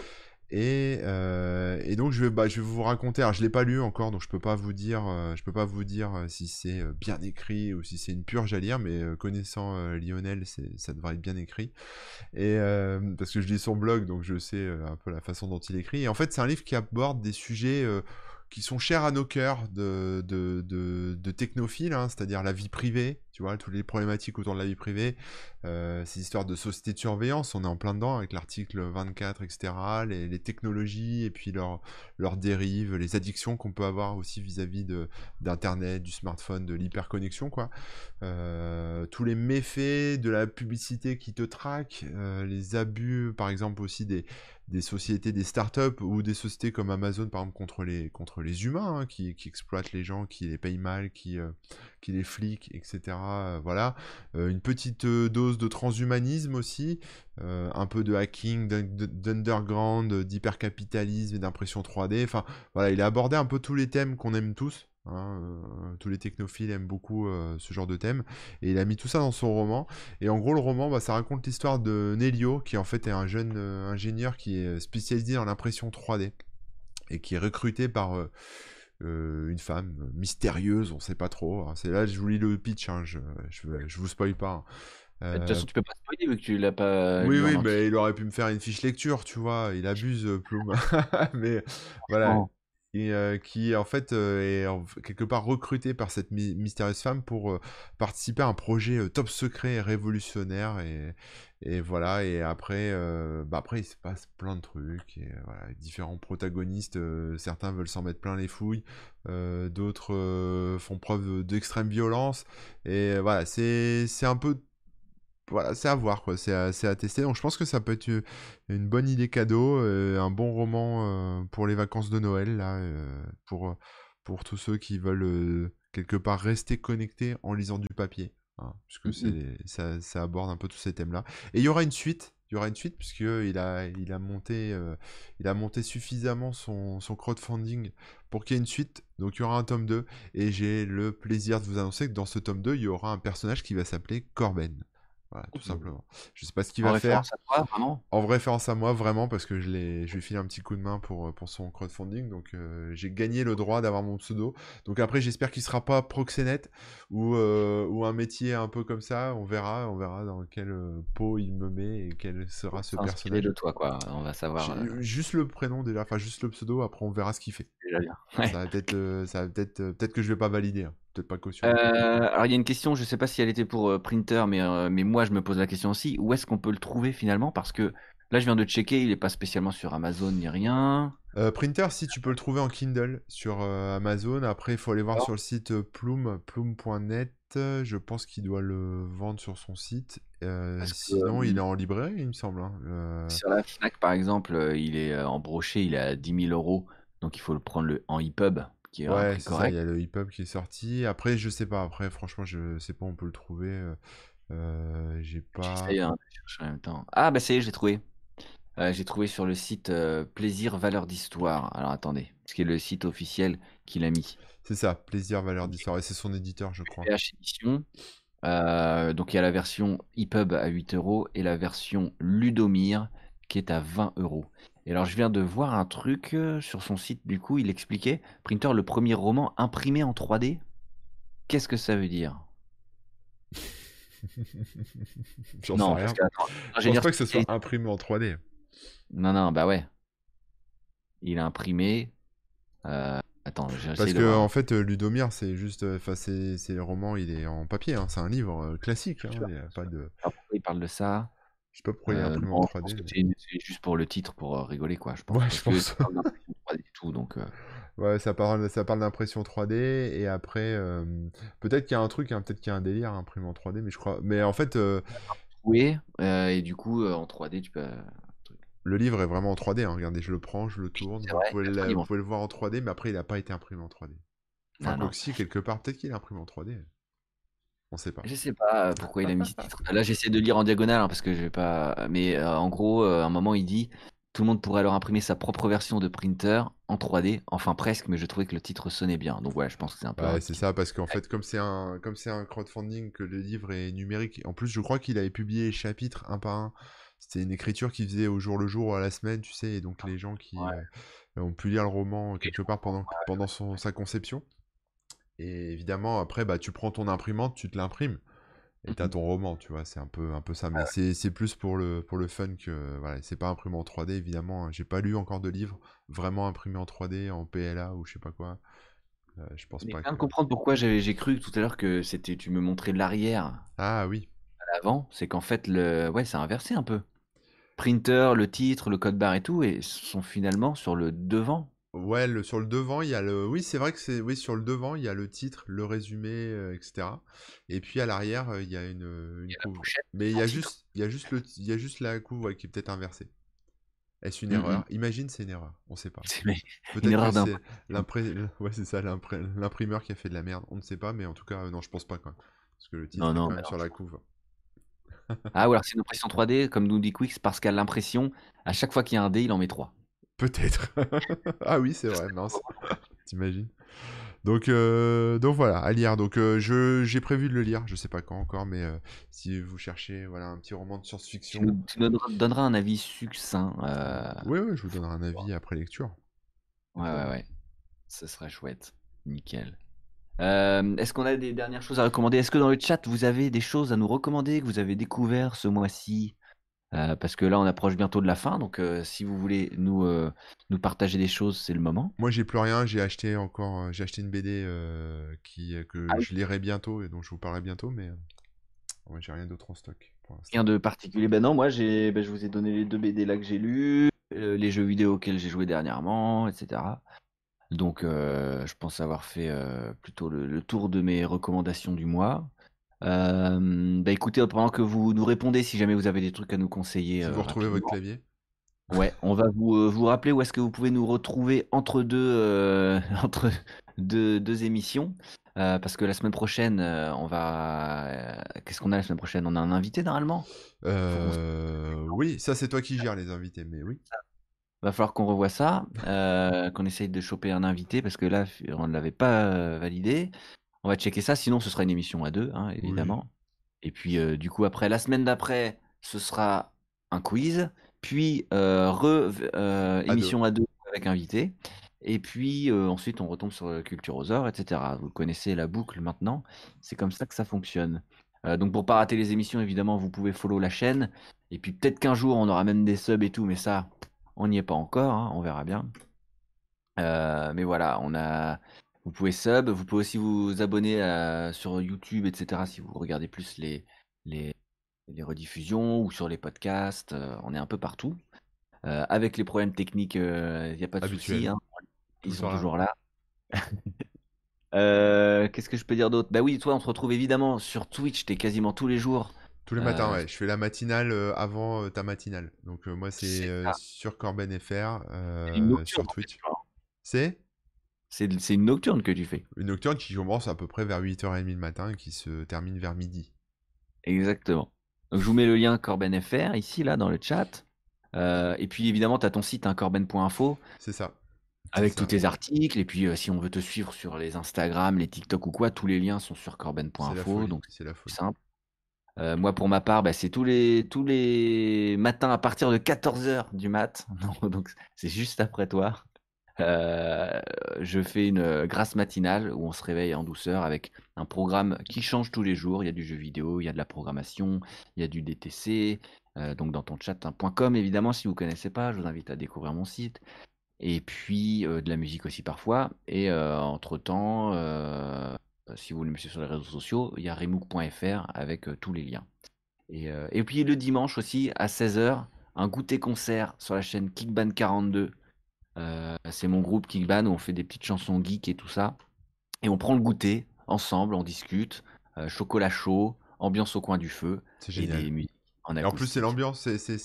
Et donc je vais vous raconter. Alors je l'ai pas lu encore, donc je peux pas vous dire si c'est bien écrit ou si c'est une purge à lire, mais connaissant Lionel, ça devrait être bien écrit. Et parce que je lis son blog, donc je sais un peu la façon dont il écrit. Et en fait, c'est un livre qui aborde des sujets qui sont chers à nos cœurs de technophiles, hein, c'est-à-dire la vie privée, tu vois, toutes les problématiques autour de la vie privée, ces histoires de société de surveillance, on est en plein dedans avec l'article 24, etc., les technologies et puis leurs dérives, les addictions qu'on peut avoir aussi vis-à-vis d'Internet, du smartphone, de l'hyperconnexion, quoi. Tous les méfaits de la publicité qui te traque, les abus, par exemple aussi des sociétés, des startups ou des sociétés comme Amazon, par exemple, contre les humains, hein, qui exploitent les gens, qui les payent mal, qui les fliquent, etc. Voilà. Une petite dose de transhumanisme aussi, un peu de hacking, d'underground, d'hypercapitalisme et d'impression 3D. Enfin, voilà, il a abordé un peu tous les thèmes qu'on aime tous. Hein, tous les technophiles aiment beaucoup ce genre de thème et il a mis tout ça dans son roman et en gros le roman bah, ça raconte l'histoire de Nelio qui en fait est un jeune ingénieur qui est spécialisé dans l'impression 3D et qui est recruté par une femme mystérieuse, on sait pas trop. Alors, c'est là je vous lis le pitch, hein, je vous spoil pas, hein. De toute façon, tu peux pas spoiler vu que tu l'as pas Oui, lu en oui, entier. mais il aurait pu me faire une fiche lecture, tu vois, il abuse, Plume. Mais voilà, Franchement. et qui en fait quelque part recruté par cette mystérieuse femme pour participer à un projet top secret et révolutionnaire et voilà et après après il se passe plein de trucs et voilà différents protagonistes certains veulent s'en mettre plein les fouilles d'autres font preuve d'extrême violence et voilà c'est un peu voilà, c'est à voir, quoi. C'est à tester. Donc, je pense que ça peut être une bonne idée cadeau, un bon roman pour les vacances de Noël, là, pour tous ceux qui veulent quelque part rester connectés en lisant du papier, hein, puisque ça aborde un peu tous ces thèmes-là. Et il y aura une suite. Il y aura une suite puisque il a monté suffisamment son crowdfunding pour qu'il y ait une suite. Donc il y aura un tome 2 et j'ai le plaisir de vous annoncer que dans ce tome 2, il y aura un personnage qui va s'appeler Corben. Voilà, tout simplement. Je sais pas ce qu'il En va faire. référence à toi, vraiment? En référence à moi, vraiment, parce que je lui ai filé un petit coup de main pour son crowdfunding. Donc, j'ai gagné le droit d'avoir mon pseudo. Donc, après, j'espère qu'il sera pas proxénète ou un métier un peu comme ça. On verra dans quel pot il me met et quel sera ce S'inspirer personnage. de toi, quoi. On va savoir Juste le prénom déjà, enfin juste le pseudo. Après, on verra ce qu'il fait. déjà bien. Ça Ouais. va peut-être, peut-être que je vais pas valider, hein. Peut-être pas cautionner. Alors il y a une question, je sais pas si elle était pour Printer, mais moi je me pose la question aussi. Où est-ce qu'on peut le trouver finalement? Parce que là je viens de checker, il est pas spécialement sur Amazon ni rien. Printer, si tu peux le trouver en Kindle sur Amazon. Après, il faut aller voir Alors, sur le site plume.net. Je pense qu'il doit le vendre sur son site. parce que Sinon, il est en librairie, il me semble, hein. sur la Fnac par exemple, il est en brochet, il est à 10 000 euros. Donc il faut le prendre en EPUB, qui est un Ouais, prix c'est ça, il correct. y a le EPUB qui est sorti. Après, je sais pas. Après, franchement, je sais pas où on peut le trouver. J'ai pas. J'essaye de chercher en même temps. Ah bah ça y est, j'ai trouvé. J'ai trouvé sur le site Plaisir Valeur d'Histoire. Alors attendez, ce qui est le site officiel qu'il a mis. C'est ça, Plaisir, valeur Donc, d'histoire. Et c'est son éditeur, je crois. PH Édition. Donc il y a la version EPUB à 8 euros et la version Ludomir qui est à 20 euros. Et alors je viens de voir un truc sur son site, du coup il expliquait, Printer, le premier roman imprimé en 3D. Qu'est-ce que ça veut dire? J'en sais Non, parce rien. que attends, Je pense ingénieur pas que ce soit spécialisé. imprimé en 3D. Non, non, bah ouais. Il a imprimé. Attends, Parce j'essaie de que voir. en fait, Ludomir, c'est juste, enfin, c'est le roman, il est en papier, hein, c'est un livre classique, Bien hein, sûr, il y a bien pas sûr. de, Alors pourquoi il parle de ça? je sais pas pourquoi il est imprimé en Non, je pense 3D, que mais c'est juste pour le titre, pour rigoler, quoi, je pense. ouais, je Parce que ça pense. parle d'impression 3D et tout, donc Ouais, ça parle d'impression 3D et après, peut-être qu'il y a un truc, hein, peut-être qu'il y a un délire imprimé en 3D, mais je crois, mais en fait, oui, et du coup, en 3D, tu peux. Truc. le livre est vraiment en 3D, hein, regardez, je le prends, je le Oui, tourne, c'est vrai, il y a plein de vous livres. pouvez le voir en 3D, mais après, il a pas été imprimé en 3D. Enfin, Non, quoi que non. si, quelque part, peut-être qu'il est imprimé en 3D, on sait pas. Je sais pas pourquoi il a mis ce titre. Là, j'essaie de lire en diagonale, hein, parce que je vais pas. Mais en gros, à un moment, il dit tout le monde pourrait alors imprimer sa propre version de Printer en 3D. Enfin, presque, mais je trouvais que le titre sonnait bien. Donc, ouais, je pense que c'est un peu un Ouais, c'est petit. ça, parce qu'en fait, comme c'est un crowdfunding, que le livre est numérique, en plus, je crois qu'il avait publié les chapitres un par un. C'était une écriture qu'il faisait au jour le jour ou à la semaine, tu sais, et donc les gens qui Ouais, ont pu lire le roman et je quelque part comprends. pendant sa conception. Et évidemment, après, bah, tu prends ton imprimante, tu te l'imprimes, et t'as Mhm. ton roman, tu vois, c'est un peu ça. Mais c'est plus pour le fun que, voilà, c'est pas imprimé en 3D, évidemment, hein. J'ai pas lu encore de livre vraiment imprimé en 3D, en PLA ou je sais pas quoi. Je pense Mais je pas viens que. de comprendre pourquoi j'ai cru tout à l'heure que c'était. Tu me montrais l'arrière Ah oui. à l'avant. C'est qu'en fait, ouais, c'est inversé un peu. Printer, le titre, le code barre et tout, et sont finalement sur le devant. Ouais, sur le devant, il y a le. Oui, c'est vrai que c'est. Oui, sur le devant, il y a le titre, le résumé, etc. Et puis à l'arrière, il y a Il une y a la couve. pochette Mais sans titre. il y a juste la couve ouais, qui est peut-être inversée. Est-ce une Mm, erreur? mm. Imagine, c'est une erreur. On sait pas. C'est une Peut-être que erreur c'est d'impression. ouais, c'est ça, l'imprimeur qui a fait de la merde. On ne sait pas, mais en tout cas, non, je pense pas quoi. Parce que le titre Non, est non, quand bah même non, sur je la pense. couve. Ah, ou alors c'est une impression 3D, comme nous dit Quix, parce qu'à l'impression, à chaque fois qu'il y a un dé, il en met 3. Peut-être. Ah oui, c'est Ce vrai, serait trop mince. drôle. T'imagines? Donc voilà, à lire. Donc j'ai prévu de le lire, je sais pas quand encore, mais si vous cherchez voilà un petit roman de science-fiction, Tu nous donneras un avis succinct. ouais ouais, je vous donnerai un avis après lecture. Y a Ouais, pas ouais, de. ouais. Ce serait chouette. Nickel. Est-ce qu'on a des dernières choses à recommander? Est-ce que dans le chat, vous avez des choses à nous recommander que vous avez découvert ce mois-ci? parce que là, on approche bientôt de la fin. Donc, si vous voulez nous partager des choses, c'est le moment. Moi, j'ai plus rien. J'ai acheté encore, j'ai acheté une BD Ah que oui. je lirai bientôt et dont je vous parlerai bientôt, mais ouais, j'ai rien d'autre en stock pour Rien l'instant. de particulier. Ben non, moi, je vous ai donné les 2 BD là que j'ai lus, les jeux vidéo auxquels j'ai joué dernièrement, etc. Donc, je pense avoir fait plutôt le tour de mes recommandations du mois. Bah écoutez, pendant que vous nous répondez, si jamais vous avez des trucs à nous conseiller Si vous retrouvez votre rapidement, clavier. ouais, on va vous rappeler où est-ce que vous pouvez nous retrouver entre entre deux émissions. Parce que la semaine prochaine, qu'est-ce qu'on a la semaine prochaine? On a un invité normalement? Faut qu'on... Oui, ça c'est toi qui gères les invités, mais oui. Va falloir qu'on revoie ça, qu'on essaye de choper un invité parce que là, on ne l'avait pas validé. On va checker ça, sinon ce sera une émission à deux, hein, Oui. évidemment. Et puis, du coup, après, la semaine d'après, ce sera un quiz, puis À deux. émission à deux avec invité. Et puis, ensuite, on retombe sur Culture aux Heures, etc. Vous connaissez la boucle maintenant. C'est comme ça que ça fonctionne. Donc, pour pas rater les émissions, évidemment, vous pouvez follow la chaîne. Et puis, peut-être qu'un jour, on aura même des subs et tout, mais ça, on n'y est pas encore, hein, on verra bien. Mais voilà, vous pouvez sub, vous pouvez aussi vous abonner sur YouTube, etc. si vous regardez plus les, les rediffusions ou sur les podcasts. On est un peu partout. Avec les problèmes techniques, il n'y a pas de souci, Habituel. hein, Tout ils le sont temps là. toujours là. Qu'est-ce que je peux dire d'autre? Bah oui, toi, on te retrouve évidemment sur Twitch, t'es quasiment tous les jours. Tous les matins, Euh, ouais. Je fais la matinale avant ta matinale. Donc moi c'est c'est ça. sur Corben FR, C'est une nocturne sur en fait, Twitch. tu vois. C'est C'est une nocturne que tu fais. une nocturne qui commence à peu près vers 8h30 le matin et qui se termine vers midi. Exactement. Donc je vous mets le lien Corben FR ici, là, dans le chat. Et puis évidemment, tu as ton site, hein, corben.info, C'est ça. C'est avec tous ça. tes articles. Et puis si on veut te suivre sur les Instagram, les TikTok ou quoi, tous les liens sont sur C'est la corben.info. folie. Donc C'est la c'est folie. simple. Moi, pour ma part, bah, c'est tous les matins à partir de 14h du mat. Donc c'est juste après toi. Euh, je fais une grasse matinale où on se réveille en douceur avec un programme qui change tous les jours. Il y a du jeu vidéo, il y a de la programmation, il y a du DTC. Donc dans ton chat, un point .com évidemment, si vous ne connaissez pas, je vous invite à découvrir mon site. Et puis de la musique aussi parfois. Et entre-temps, si vous voulez me suivre sur les réseaux sociaux, il y a remook.fr avec tous les liens. Et puis le dimanche aussi, à 16h, un goûter concert sur la chaîne Kickban 42. C'est mon groupe Kickban où on fait des petites chansons geek et tout ça. Et on prend le goûter ensemble, on discute, chocolat chaud, ambiance au coin du feu C'est et des génial. musiques en Et en plus c'est acoustique. l'ambiance,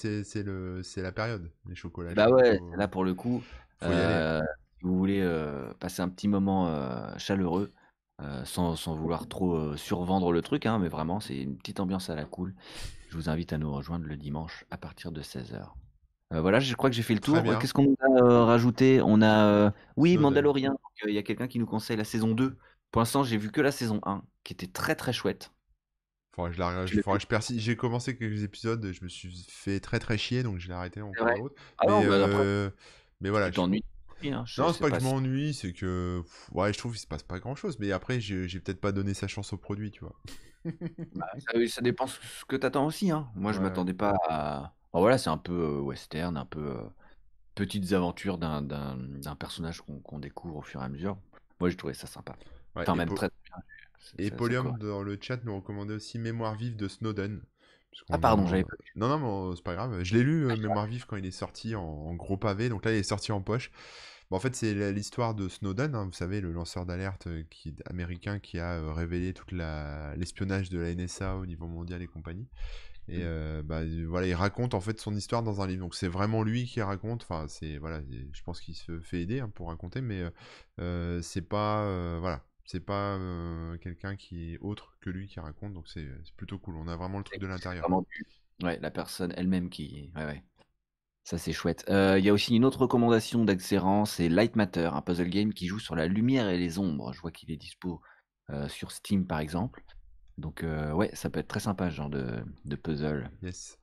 c'est la période. Les chocolats Bah chauds, ouais, là pour le coup, faut y aller, hein. si vous voulez passer un petit moment chaleureux, sans vouloir trop survendre le truc, hein, mais vraiment c'est une petite ambiance à la cool. Je vous invite à nous rejoindre le dimanche à partir de 16h. Voilà, je crois que j'ai fait le Très tour. bien. Qu'est-ce qu'on a rajouté? On a, oui, Snowden. Mandalorian. Donc, il y a quelqu'un qui nous conseille la saison 2. Pour l'instant, j'ai vu que la saison 1, qui était très très chouette. Tu l'as Faudra vu? que je persiste. J'ai commencé quelques épisodes, je me suis fait très très chier, donc je l'ai arrêté en C'est cours de vrai? route. Ah non, Mais, bah après, si voilà. tu t'ennuies, oui, hein, Non, c'est c'est pas que pas je si. m'ennuie, c'est que ouais, je trouve qu'il se passe pas grand chose. Mais après, j'ai peut-être pas donné sa chance au produit, tu vois. Bah, ça dépend ce que t'attends aussi, hein. Moi, je Ouais, m'attendais pas à. Bon, voilà, c'est un peu western, un peu petites aventures d'un personnage qu'on découvre au fur et à mesure. Moi, j'ai trouvé ça sympa. ouais. Enfin, même très bien. Et C'est Polium correct. dans le chat nous recommandait aussi Mémoire vive de Snowden. Ah, Puisqu'on pardon, j'avais en... pas. Non, non, mais c'est pas grave. Je l'ai lu, Mémoire vive, quand il est sorti en gros pavé. Donc là, il est sorti en poche. Bon, en fait, c'est l'histoire de Snowden, hein, vous savez, le lanceur d'alerte américain qui a révélé toute l'espionnage de la NSA au niveau mondial et compagnie. Et voilà, il raconte en fait son histoire dans un livre. Donc c'est vraiment lui qui raconte. Enfin, c'est voilà, je pense qu'il se fait aider, hein, pour raconter, mais c'est pas voilà, c'est pas quelqu'un qui est autre que lui qui raconte. Donc c'est plutôt cool. On a vraiment le truc de C'est l'intérieur. vraiment ouais, la personne elle-même qui. Ouais, ouais. Ça, c'est chouette. Il y a aussi une autre recommandation d'Axeran, c'est Light Matter, un puzzle game qui joue sur la lumière et les ombres. Je vois qu'il est dispo sur Steam, par exemple. Donc, ouais, ça peut être très sympa, ce genre de puzzle. Yes.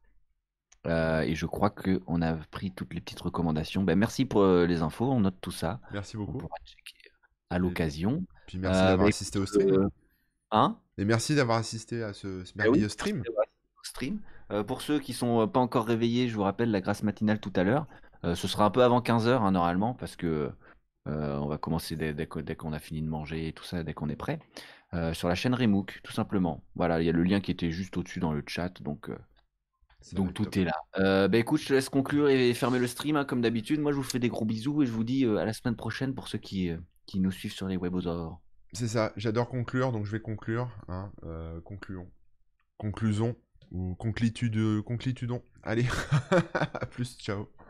Et je crois qu'on a pris toutes les petites recommandations. Ben, merci pour les infos, on note tout ça. Merci On beaucoup. pourra checker à Et l'occasion. puis merci d'avoir Bah, assisté écoute, au stream, hein. hein? Et merci d'avoir assisté à ce Ben oui, merveilleux merci stream. d'avoir assisté au stream. Pour ceux qui sont pas encore réveillés, je vous rappelle la grâce matinale tout à l'heure. Ce sera un peu avant 15 h normalement, parce que on va commencer dès qu'on a fini de manger et tout ça, dès qu'on est prêt. Sur la chaîne Remook, tout simplement. Voilà, il y a le lien qui était juste au-dessus dans le chat, Ça va donc être top. tout est là. Bah écoute, je te laisse conclure et fermer le stream hein, comme d'habitude. Moi, je vous fais des gros bisous et je vous dis à la semaine prochaine pour ceux qui nous suivent sur les webosaures. C'est ça, j'adore conclure, donc je vais conclure. Hein, concluons. Conclusons. Ou conclitudons. Allez, à plus, ciao.